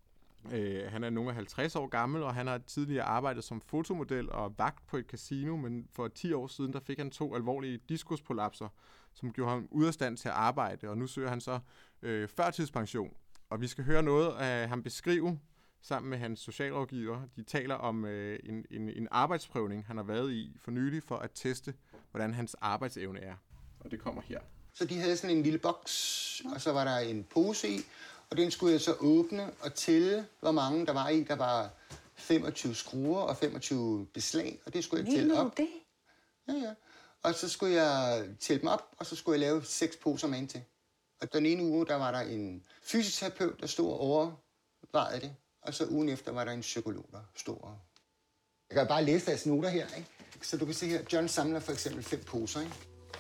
Øh, han er nogle af halvtreds år gammel, og han har tidligere arbejdet som fotomodel og vagt på et casino, men for ti år siden, der fik han to alvorlige diskusprolapser, som gjorde ham ude af stand til at arbejde, og nu søger han så øh, førtidspension. Og vi skal høre noget af ham beskrive, sammen med hans socialrådgiver. De taler om øh, en, en, en arbejdsprøvning, han har været i for nylig, for at teste, hvordan hans arbejdsevne er. Og det kommer her. Så de havde sådan en lille boks, og så var der en pose i, og den skulle jeg så åbne og tælle, hvor mange der var i. Der var femogtyve skruer og femogtyve beslag, og det skulle jeg tælle op. det? Ja, ja. Og så skulle jeg tælle dem op, og så skulle jeg lave seks poser med ind til. Og den ene uge, der var der en fysioterapeut, der stod og overvejede det. Og så ugen efter var der en psykolog, der stod og... Jeg kan bare læse deres noter her, ikke? Så du kan se her, John samler for eksempel fem poser, ikke?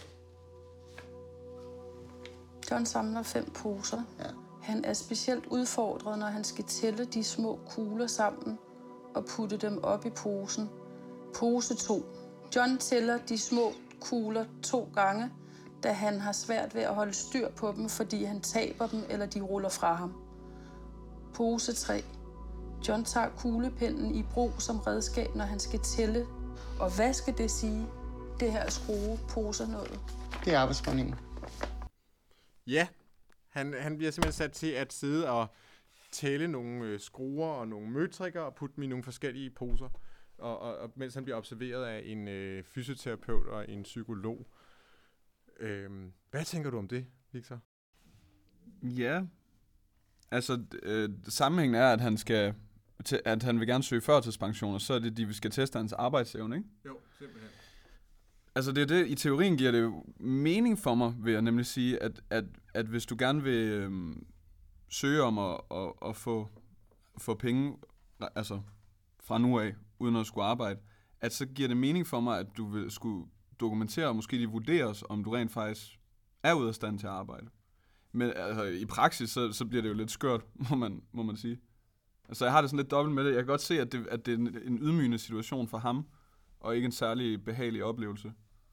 John samler fem poser. Ja. Han er specielt udfordret, når han skal tælle de små kugler sammen og putte dem op i posen. Pose to. John tæller de små kugler to gange, da han har svært ved at holde styr på dem, fordi han taber dem, eller de ruller fra ham. Pose tre. John tager kuglepinden i brug som redskab, når han skal tælle. Og hvad skal det sige, det her skrue poser noget? Det er arbejdsprøvningen. Ja, han, han bliver simpelthen sat til at sidde og tælle nogle øh, skruer og nogle møtrikker og putte dem i nogle forskellige poser, og, og, og mens han bliver observeret af en øh, fysioterapeut og en psykolog. Øhm, hvad tænker du om det, Victor? Ja, altså øh, sammenhængen er, at han skal t- at han vil gerne søge førtidspension, og så er det, de skal teste hans arbejdsevne, ikke? Jo, simpelthen. Altså det er det, i teorien giver det jo mening for mig, vil jeg nemlig sige, at, at, at hvis du gerne vil øhm, søge om at, at, at få, få penge altså fra nu af, uden at skulle arbejde, at så giver det mening for mig, at du vil skulle dokumentere, og måske lige vurderes, om du rent faktisk er ude af stand til at arbejde. Men altså, i praksis, så, så bliver det jo lidt skørt, må man, må man sige. Altså jeg har det sådan lidt dobbelt med det. Jeg kan godt se, at det, at det er en, en ydmygende situation for ham, og ikke en særlig behagelig oplevelse.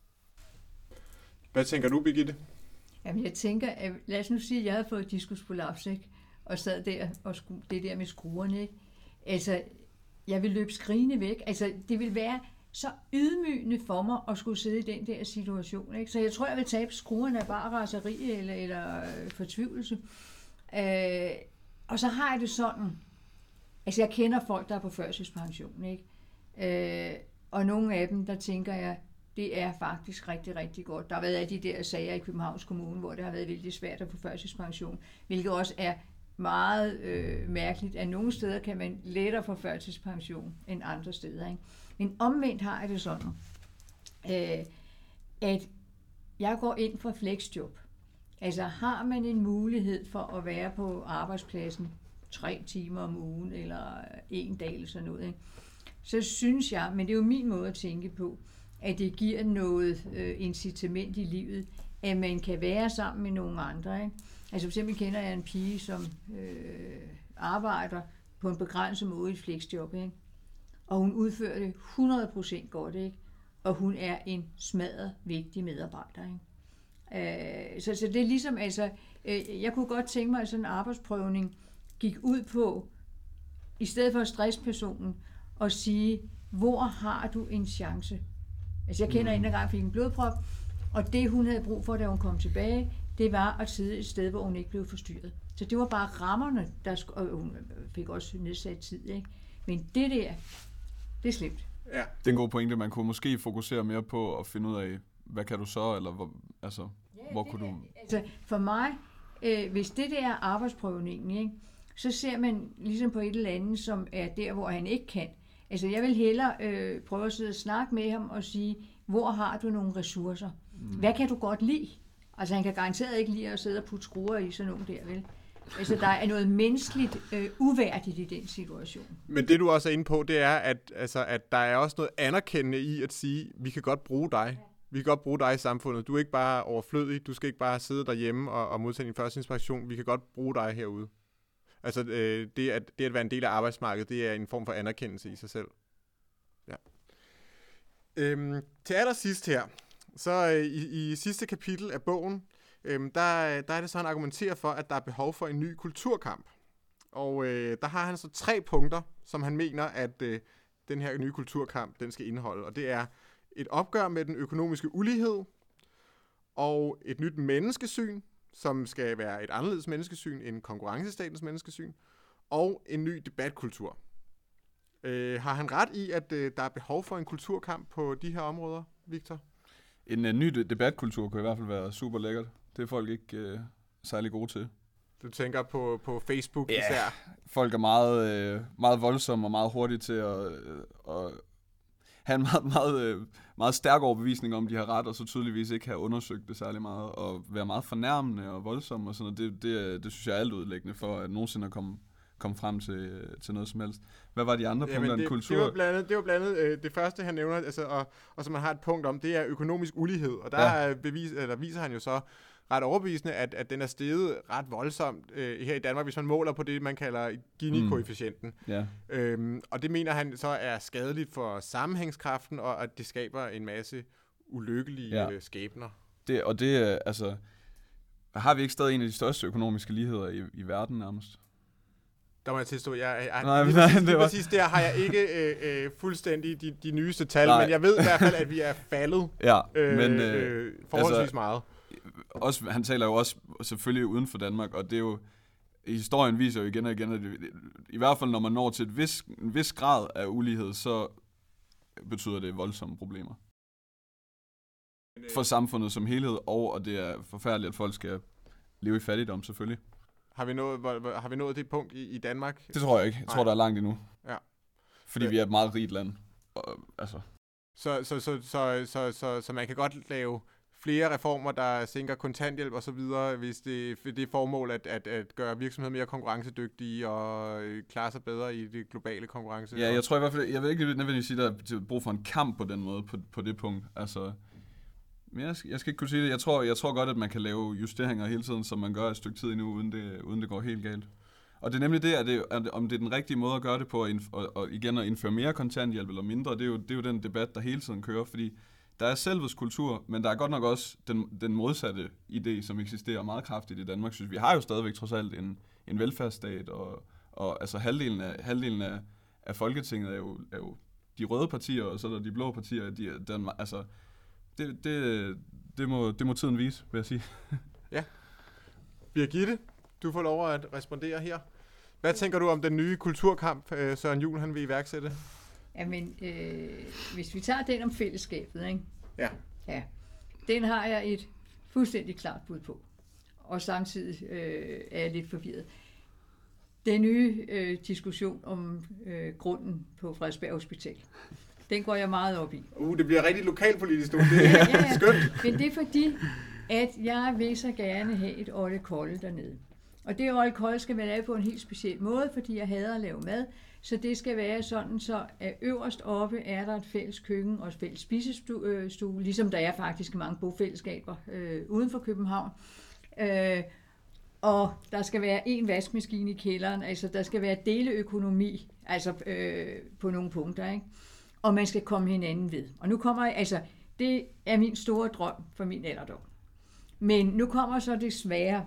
Hvad tænker du, Birgitte? Jamen, jeg tænker, at, lad os nu sige, at jeg havde fået diskusprolaps, ikke? Og sad der og skulle, det der med skruerne, ikke? Altså, jeg vil løbe skrigende væk. Altså, det vil være så ydmygende for mig at skulle sidde i den der situation, ikke? Så jeg tror, jeg vil tabe skruerne af bare raseri eller, eller fortvivlelse. Øh, og så har jeg det sådan, altså jeg kender folk, der er på førtidspension, ikke? Øh, og nogle af dem, der tænker jeg, det er faktisk rigtig, rigtig godt. Der har været af de der sager i Københavns Kommune, hvor det har været vældig svært at få førtidspension, hvilket også er meget øh, mærkeligt, at nogle steder kan man lettere få førtidspension end andre steder, ikke? Men omvendt har jeg det sådan, øh, at jeg går ind for flexjob. Altså har man en mulighed for at være på arbejdspladsen tre timer om ugen, eller en dag eller sådan noget, ikke? Så synes jeg, men det er jo min måde at tænke på, at det giver noget øh, incitament i livet, at man kan være sammen med nogle andre, ikke? Altså for eksempel kender jeg en pige, som øh, arbejder på en begrænset måde i et flexjob, ikke? Og hun udfører det hundrede procent godt, ikke? Og hun er en smadret vigtig medarbejder, ikke? Øh, så, så det er ligesom, altså, øh, jeg kunne godt tænke mig, at sådan en arbejdsprøvning gik ud på, i stedet for at stresse personen, og sige, hvor har du en chance? Altså jeg kender mm. en, der gang fik en blodprop, og det hun havde brug for, da hun kom tilbage, det var at sidde et sted, hvor hun ikke blev forstyrret. Så det var bare rammerne, der sk- og hun fik også nedsat tid, ikke? Men det der, det er slemt. Ja. Det er en god pointe. Man kunne måske fokusere mere på at finde ud af, hvad kan du så, eller hvor, altså, ja, hvor kunne du... Altså for mig, øh, hvis det der er arbejdsprøvningen, ikke, så ser man ligesom på et eller andet, som er der, hvor han ikke kan. Altså jeg vil hellere øh, prøve at sidde og snakke med ham og sige, hvor har du nogle ressourcer? Mm. Hvad kan du godt lide? Altså han kan garanteret ikke lide at sidde og putte skruer i sådan nogle der, vel? Altså der er noget menneskeligt øh, uværdigt i den situation. Men det du også er inde på, det er, at, altså, at der er også noget anerkendende i at sige, vi kan godt bruge dig. Vi kan godt bruge dig i samfundet. Du er ikke bare overflødig. Du skal ikke bare sidde derhjemme og, og modtage din første inspiration. Vi kan godt bruge dig herude. Altså øh, det, at, det at være en del af arbejdsmarkedet, det er en form for anerkendelse i sig selv. Ja. Øhm, til allersidst her, så øh, i, i sidste kapitel af bogen, øh, der, der er det så, han argumenterer for, at der er behov for en ny kulturkamp. Og øh, der har han så tre punkter, som han mener, at øh, den her nye kulturkamp, den skal indeholde. Og det er et opgør med den økonomiske ulighed, og et nyt menneskesyn, som skal være et anderledes menneskesyn end konkurrencestatens menneskesyn, og en ny debatkultur. Øh, har han ret i, at øh, der er behov for en kulturkamp på de her områder, Victor? En uh, ny debatkultur kunne i hvert fald være super lækkert. Det er folk ikke uh, særlig gode til. Du tænker på, på Facebook Ja, især? folk er meget, uh, meget voldsomme og meget hurtige til at, uh, at have en meget, meget, uh, meget stærk overbevisning om, de har ret, og så tydeligvis ikke have undersøgt det særlig meget, og være meget fornærmende og voldsomme og sådan noget. Det, det, det synes jeg er alt udlæggende for, at nogensinde at komme komme frem til, til noget som helst. Hvad var de andre Jamen punkter det, af kultur? Det var blandt andet, det, var blandt andet øh, det første, han nævner, altså, og, og som man har et punkt om, det er økonomisk ulighed. Og der, Ja. er bevis, eller viser han jo så ret overbevisende, at, at den er steget ret voldsomt øh, her i Danmark, hvis man måler på det, man kalder Gini-koefficienten. Mm. Ja. Øhm, og det mener han så er skadeligt for sammenhængskraften, og at det skaber en masse ulykkelige Ja. øh, skæbner. Det, og det er, altså, har vi ikke stadig en af de største økonomiske ligheder i, i verden nærmest? Der må jeg tilstå, jeg, jeg, Nej, lige nej, præcis, det lige var- præcis der har jeg ikke øh, øh, fuldstændig de, de nyeste tal, Nej. men jeg ved i hvert fald, at vi er faldet Ja, øh, men øh, øh, forholdsvis altså, meget. også, han taler jo også selvfølgelig uden for Danmark, og det er jo, historien viser jo igen og igen, at det, i hvert fald når man når til et vis, en vis grad af ulighed, så betyder det voldsomme problemer for samfundet som helhed, og, og det er forfærdeligt, at folk skal leve i fattigdom selvfølgelig. Har vi nået, hvor, hvor, har vi nået det punkt i, i Danmark? Det tror jeg ikke. Jeg tror, Nej. der er langt endnu. Ja. Fordi Ja. vi er et meget rigt land. Og, altså, Så, så, så, så, så, så, så man kan godt lave flere reformer, der sænker kontanthjælp og så videre, hvis det er det formål at, at, at gøre virksomheder mere konkurrencedygtige og øh, klare sig bedre i det globale konkurrence. ja, jeg tror i hvert fald, jeg vil ikke nødvendigvis sige, at der er brug for en kamp på den måde, på, på det punkt. Altså, men jeg, skal, jeg skal ikke kunne sige det. Jeg tror, jeg tror godt, at man kan lave justeringer hele tiden, som man gør et stykke tid endnu, uden det, uden det går helt galt. Og det er nemlig det, at det, at om det er den rigtige måde at gøre det på, at indf- og, og igen at indføre mere kontanthjælp eller mindre, det er, jo, det er jo den debat, der hele tiden kører, fordi der er selvets kultur, men der er godt nok også den, den modsatte idé, som eksisterer meget kraftigt i Danmark, synes vi. har jo stadigvæk trods alt en, en velfærdsstat, og, og altså halvdelen af, halvdelen af, af Folketinget er jo, er jo de røde partier, og så er der de blå partier. De, den, altså, det, det, det, må, det må tiden vise, vil jeg sige. Birgitte, du får lov at respondere her. Hvad tænker du om den nye kulturkamp, øh, Søren Juhl han vil iværksætte? Jamen, øh, hvis vi tager den om fællesskabet, ikke? Ja. Ja, den har jeg et fuldstændig klart bud på. Og samtidig øh, er jeg lidt forvirret. Den nye øh, diskussion om øh, grunden på Frederiksberg Hospital, den går jeg meget op i. Uh, det bliver rigtig lokalpolitisk, du. Det Ja, er ja, ja. skønt. Men det er fordi, at jeg vil så gerne have et Olle Kolde dernede. Og det Olle Kolde skal være lavet på en helt speciel måde, fordi jeg hader at lave mad. Så det skal være sådan, så at øverst oppe er der et fælles køkken og et fælles spisestue, ligesom der er faktisk mange bofællesskaber øh, uden for København. Øh, og der skal være en vaskemaskine i kælderen, altså der skal være deleøkonomi, altså øh, på nogle punkter, ikke? Og man skal komme hinanden ved. Og nu kommer jeg, altså det er min store drøm for min alderdom. Men nu kommer så det svære,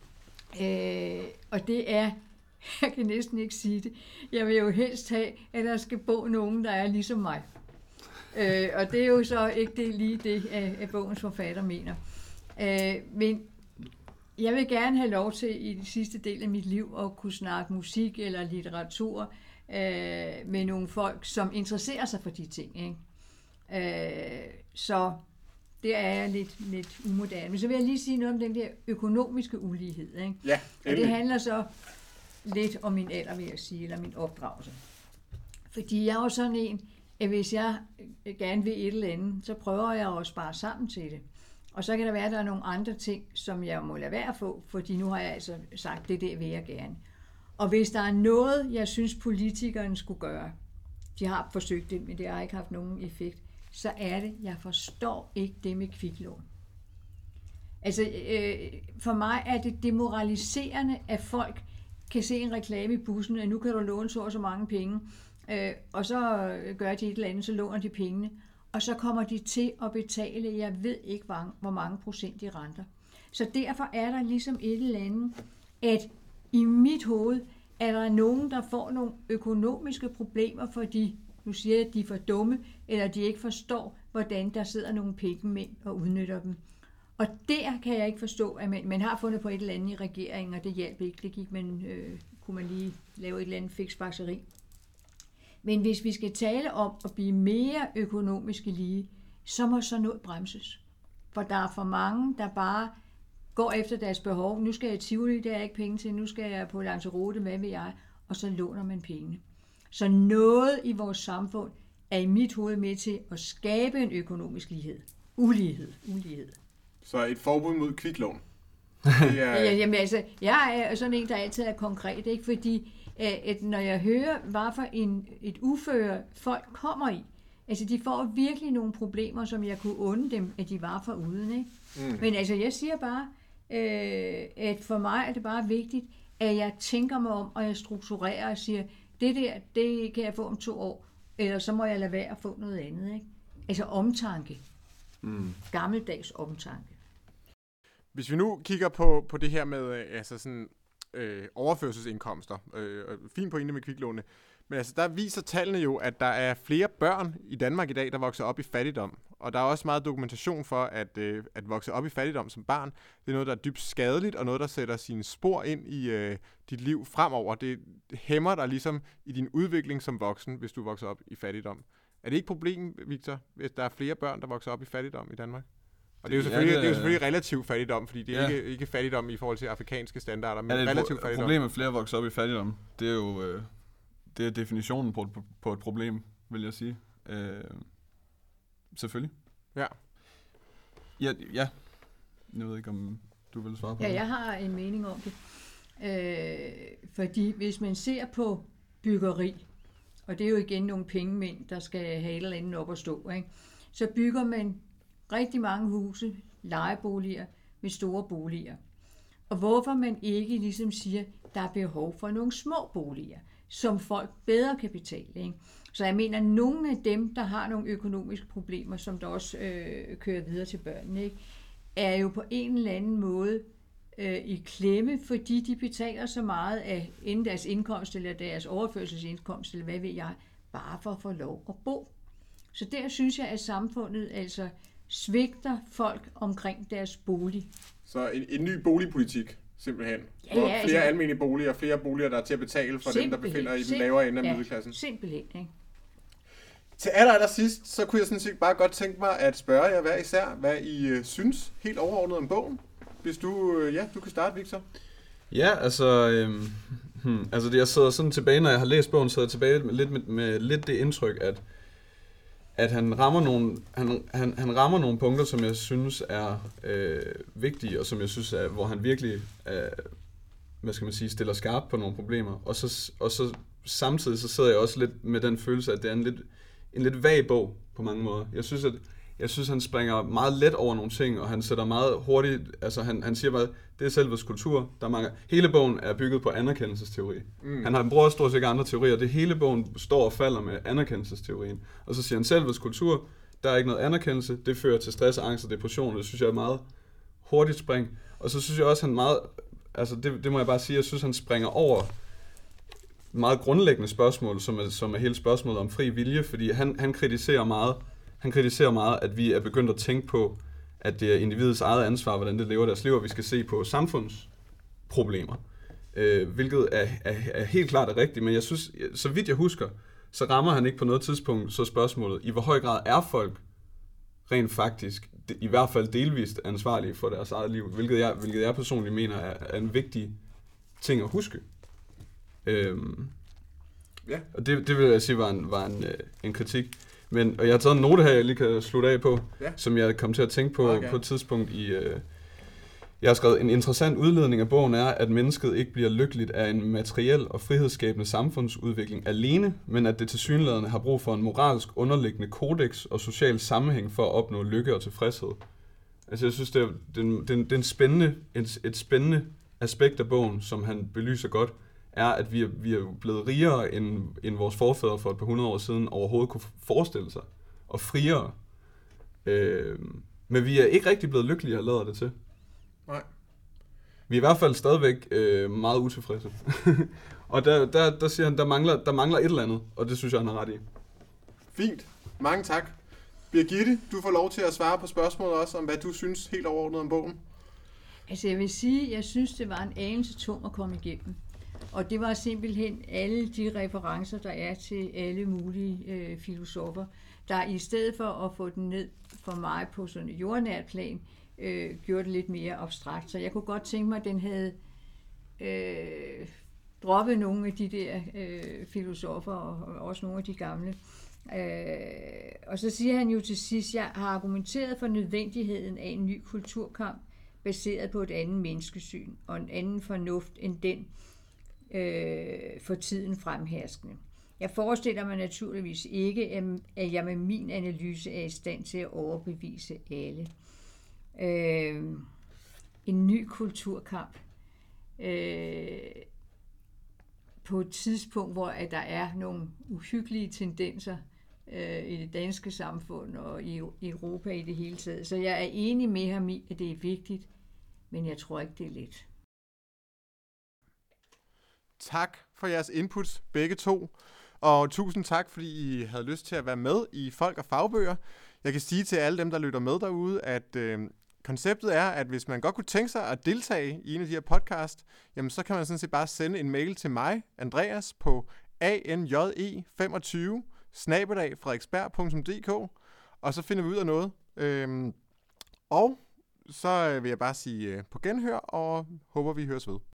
øh, og det er, jeg kan næsten ikke sige det, jeg vil jo helst have, at der skal bo nogen, der er ligesom mig. Øh, og det er jo så ikke det, lige det, at, at bogens forfatter mener. Øh, men jeg vil gerne have lov til i den sidste del af mit liv at kunne snakke musik eller litteratur øh, med nogle folk, som interesserer sig for de ting. Ikke? Øh, så det er jeg lidt, lidt umoderne. Men så vil jeg lige sige noget om den der økonomiske ulighed. Ikke? Ja, Og det handler så lidt om min alder, vil jeg sige, eller min opdragelse. Fordi jeg er jo sådan en, at hvis jeg gerne vil et eller andet, så prøver jeg at spare sammen til det. Og så kan der være, at der er nogle andre ting, som jeg må lade være at få, fordi nu har jeg altså sagt, det der vil jeg gerne. Og hvis der er noget, jeg synes, politikerne skulle gøre, de har forsøgt det, men det har ikke haft nogen effekt, så er det, jeg forstår ikke det med kviklån. Altså, øh, for mig er det demoraliserende, at folk kan se en reklame i bussen, at nu kan du låne så og så mange penge, øh, og så gør de et eller andet, så låner de pengene, og så kommer de til at betale, jeg ved ikke, hvor mange procent i renter. Så derfor er der ligesom et eller andet, at i mit hoved, er der nogen, der får nogle økonomiske problemer, fordi nu siger jeg, at de er for dumme, eller de ikke forstår, hvordan der sidder nogle pengemænd og udnytter dem. Og der kan jeg ikke forstå, at man, man har fundet på et eller andet i regeringen, og det hjalp ikke. Det gik man, øh, kunne man lige lave et eller andet fiksfakseri. Men hvis vi skal tale om at blive mere økonomisk lige, så må så noget bremses. For der er for mange, der bare går efter deres behov. Nu skal jeg Tivoli, der er ikke penge til. Nu skal jeg på Lanzarote, hvad vil jeg? Og så låner man pengene. Så noget i vores samfund er i mit hoved med til at skabe en økonomisk lighed. Ulighed. Ulighed. Så et forbud mod kviklån. Det er... ja, jamen, altså, jeg er sådan en, der altid er konkret, ikke? Fordi at når jeg hører, hvad for en, et uføre folk kommer i, altså de får virkelig nogle problemer, som jeg kunne unde dem, at de var foruden. Ikke? Mm. Men altså, jeg siger bare, øh, at for mig er det bare vigtigt, at jeg tænker mig om, og jeg strukturerer og siger, det der, det kan jeg få om to år, eller så må jeg lade være at få noget andet. Ikke? Altså omtanke. Mm. Gammeldags omtanke. Hvis vi nu kigger på, på det her med øh, altså sådan, øh, overførselsindkomster, øh, fint pointe med kviklånene, men altså der viser tallene jo, at der er flere børn i Danmark i dag, der vokser op i fattigdom. Og der er også meget dokumentation for, at, øh, at vokse op i fattigdom som barn, det er noget, der er dybt skadeligt, og noget, der sætter sine spor ind i øh, dit liv fremover. Det hæmmer dig ligesom i din udvikling som voksen, hvis du vokser op i fattigdom. Er det ikke et problem, Victor, hvis der er flere børn, der vokser op i fattigdom i Danmark? Og det er jo selvfølgelig, ja, det, det er jo selvfølgelig relativ fattigdom, fordi det er ja. ikke, ikke fattigdom i forhold til afrikanske standarder, men ja, relativ pro- fattigdom. Problemet med flere vokser op i fattigdom, det er jo øh, det er definitionen på et, på et problem, vil jeg sige. Øh, selvfølgelig. Ja. Ja, ja. Jeg ved ikke, om du vil svare på ja, det. Ja, jeg har en mening om det. Øh, fordi hvis man ser på byggeri, og det er jo igen nogle pengemænd, der skal have et eller andet op at stå, ikke? Så bygger man rigtig mange huse, lejeboliger med store boliger. Og hvorfor man ikke ligesom siger, der er behov for nogle små boliger, som folk bedre kan betale. Ikke? Så jeg mener, at nogle af dem, der har nogle økonomiske problemer, som der også øh, kører videre til børnene, ikke, er jo på en eller anden måde øh, i klemme, fordi de betaler så meget af enten deres indkomst eller deres overførselsindkomst, eller hvad ved jeg, bare for at få lov at bo. Så der synes jeg, at samfundet altså svigter folk omkring deres bolig. Så en, en ny boligpolitik, simpelthen. Ja, ja, flere altså, almindelige boliger, flere boliger, der er til at betale for dem, der befinder i den lavere ende af ja, middelklassen. Simpelthen, ikke? Til aller, aller sidst, så kunne jeg sådan set bare godt tænke mig at spørge jer hver især, hvad I øh, synes helt overordnet om bogen. Hvis du, øh, ja, du kan starte, Victor. Ja, altså, øh, hmm, altså det, jeg sidder sådan tilbage, når jeg har læst bogen, sidder jeg tilbage med lidt, med, med lidt det indtryk, at at han rammer nogle han, han, han rammer nogle punkter, som jeg synes er øh, vigtige, og som jeg synes er, hvor han virkelig øh, hvad skal man sige, stiller skarpt på nogle problemer. Og så og så samtidig så sidder jeg også lidt med den følelse, at det er en lidt en lidt vag bog på mange måder. Jeg synes at jeg synes han springer meget let over nogle ting, og han sætter meget hurtigt, altså han han siger bare, det er selvets kultur. Der er mange, hele bogen er bygget på anerkendelsesteori. Mm. Han har en bruger stort set andre teorier. Det hele bogen står og falder med anerkendelsesteorien. Og så siger han selvets kultur. Der er ikke noget anerkendelse. Det fører til stress, angst og depression. Det synes jeg er meget hurtigt spring. Og så synes jeg også han meget, altså det, det må jeg bare sige, jeg synes han springer over meget grundlæggende spørgsmål, som er, som er hele spørgsmålet om fri vilje, fordi han han kritiserer meget, han kritiserer meget, at vi er begyndt at tænke på, at det er individets eget ansvar, hvordan det lever deres liv, og vi skal se på samfundsproblemer. Øh, hvilket er, er, er helt klart er rigtigt, men jeg synes, så vidt jeg husker, så rammer han ikke på noget tidspunkt så spørgsmålet, i hvor høj grad er folk rent faktisk, i hvert fald delvist ansvarlige for deres eget liv, hvilket jeg, hvilket jeg personligt mener er, er en vigtig ting at huske. Øhm, ja. Og det, det vil jeg sige var en, var en, en kritik. Men, og jeg har taget en note her, jeg lige kan slutte af på, ja. Som jeg kom til at tænke på okay. på et tidspunkt i... Øh, jeg har skrevet, en interessant udledning af bogen er, at mennesket ikke bliver lykkeligt af en materiel og frihedsskabende samfundsudvikling alene, men at det tilsyneladende har brug for en moralsk underliggende kodex og social sammenhæng for at opnå lykke og tilfredshed. Altså jeg synes, det er, det er, det er, det er en spændende, et, et spændende aspekt af bogen, som han belyser godt, er, at vi er, vi er blevet rigere, end, end vores forfædre for et par hundrede år siden overhovedet kunne forestille sig, og friere. Øh, men vi er ikke rigtig blevet lykkelige, lader det til. Nej. Vi er i hvert fald stadigvæk øh, meget utilfredse. Og der, der, der siger han, der mangler, der mangler et eller andet, og det synes jeg, han har ret i. Fint. Mange tak. Birgitte, du får lov til at svare på spørgsmålet også, om hvad du synes helt overordnet om bogen. Altså jeg vil sige, jeg synes, det var en anelse tung at komme igennem. Og det var simpelthen alle de referencer, der er til alle mulige øh, filosofer, der i stedet for at få den ned for mig på sådan et jordnært plan, øh, gjorde det lidt mere abstrakt. Så jeg kunne godt tænke mig, at den havde øh, droppet nogle af de der øh, filosofer, og også nogle af de gamle. Øh, og så siger han jo til sidst, jeg har argumenteret for nødvendigheden af en ny kulturkamp, baseret på et andet menneskesyn og en anden fornuft end den øh, for tiden fremherskende. Jeg forestiller mig naturligvis ikke, at jeg med min analyse er i stand til at overbevise alle. Øh, en ny kulturkamp øh, på et tidspunkt, hvor at der er nogle uhyggelige tendenser øh, i det danske samfund og i Europa i det hele taget. Så jeg er enig med ham i, at det er vigtigt, men jeg tror ikke, det er let. Tak for jeres inputs, begge to. Og tusind tak, fordi I havde lyst til at være med i Folk og Fagbøger. Jeg kan sige til alle dem, der lytter med derude, at øh, konceptet er, at hvis man godt kunne tænke sig at deltage i en af de her podcast, jamen så kan man sådan set bare sende en mail til mig, Andreas, på a n j e femogtyve snabel-a frederiksberg punktum d k, og så finder vi ud af noget. Øhm, og så vil jeg bare sige på genhør, og håber, vi høres ved.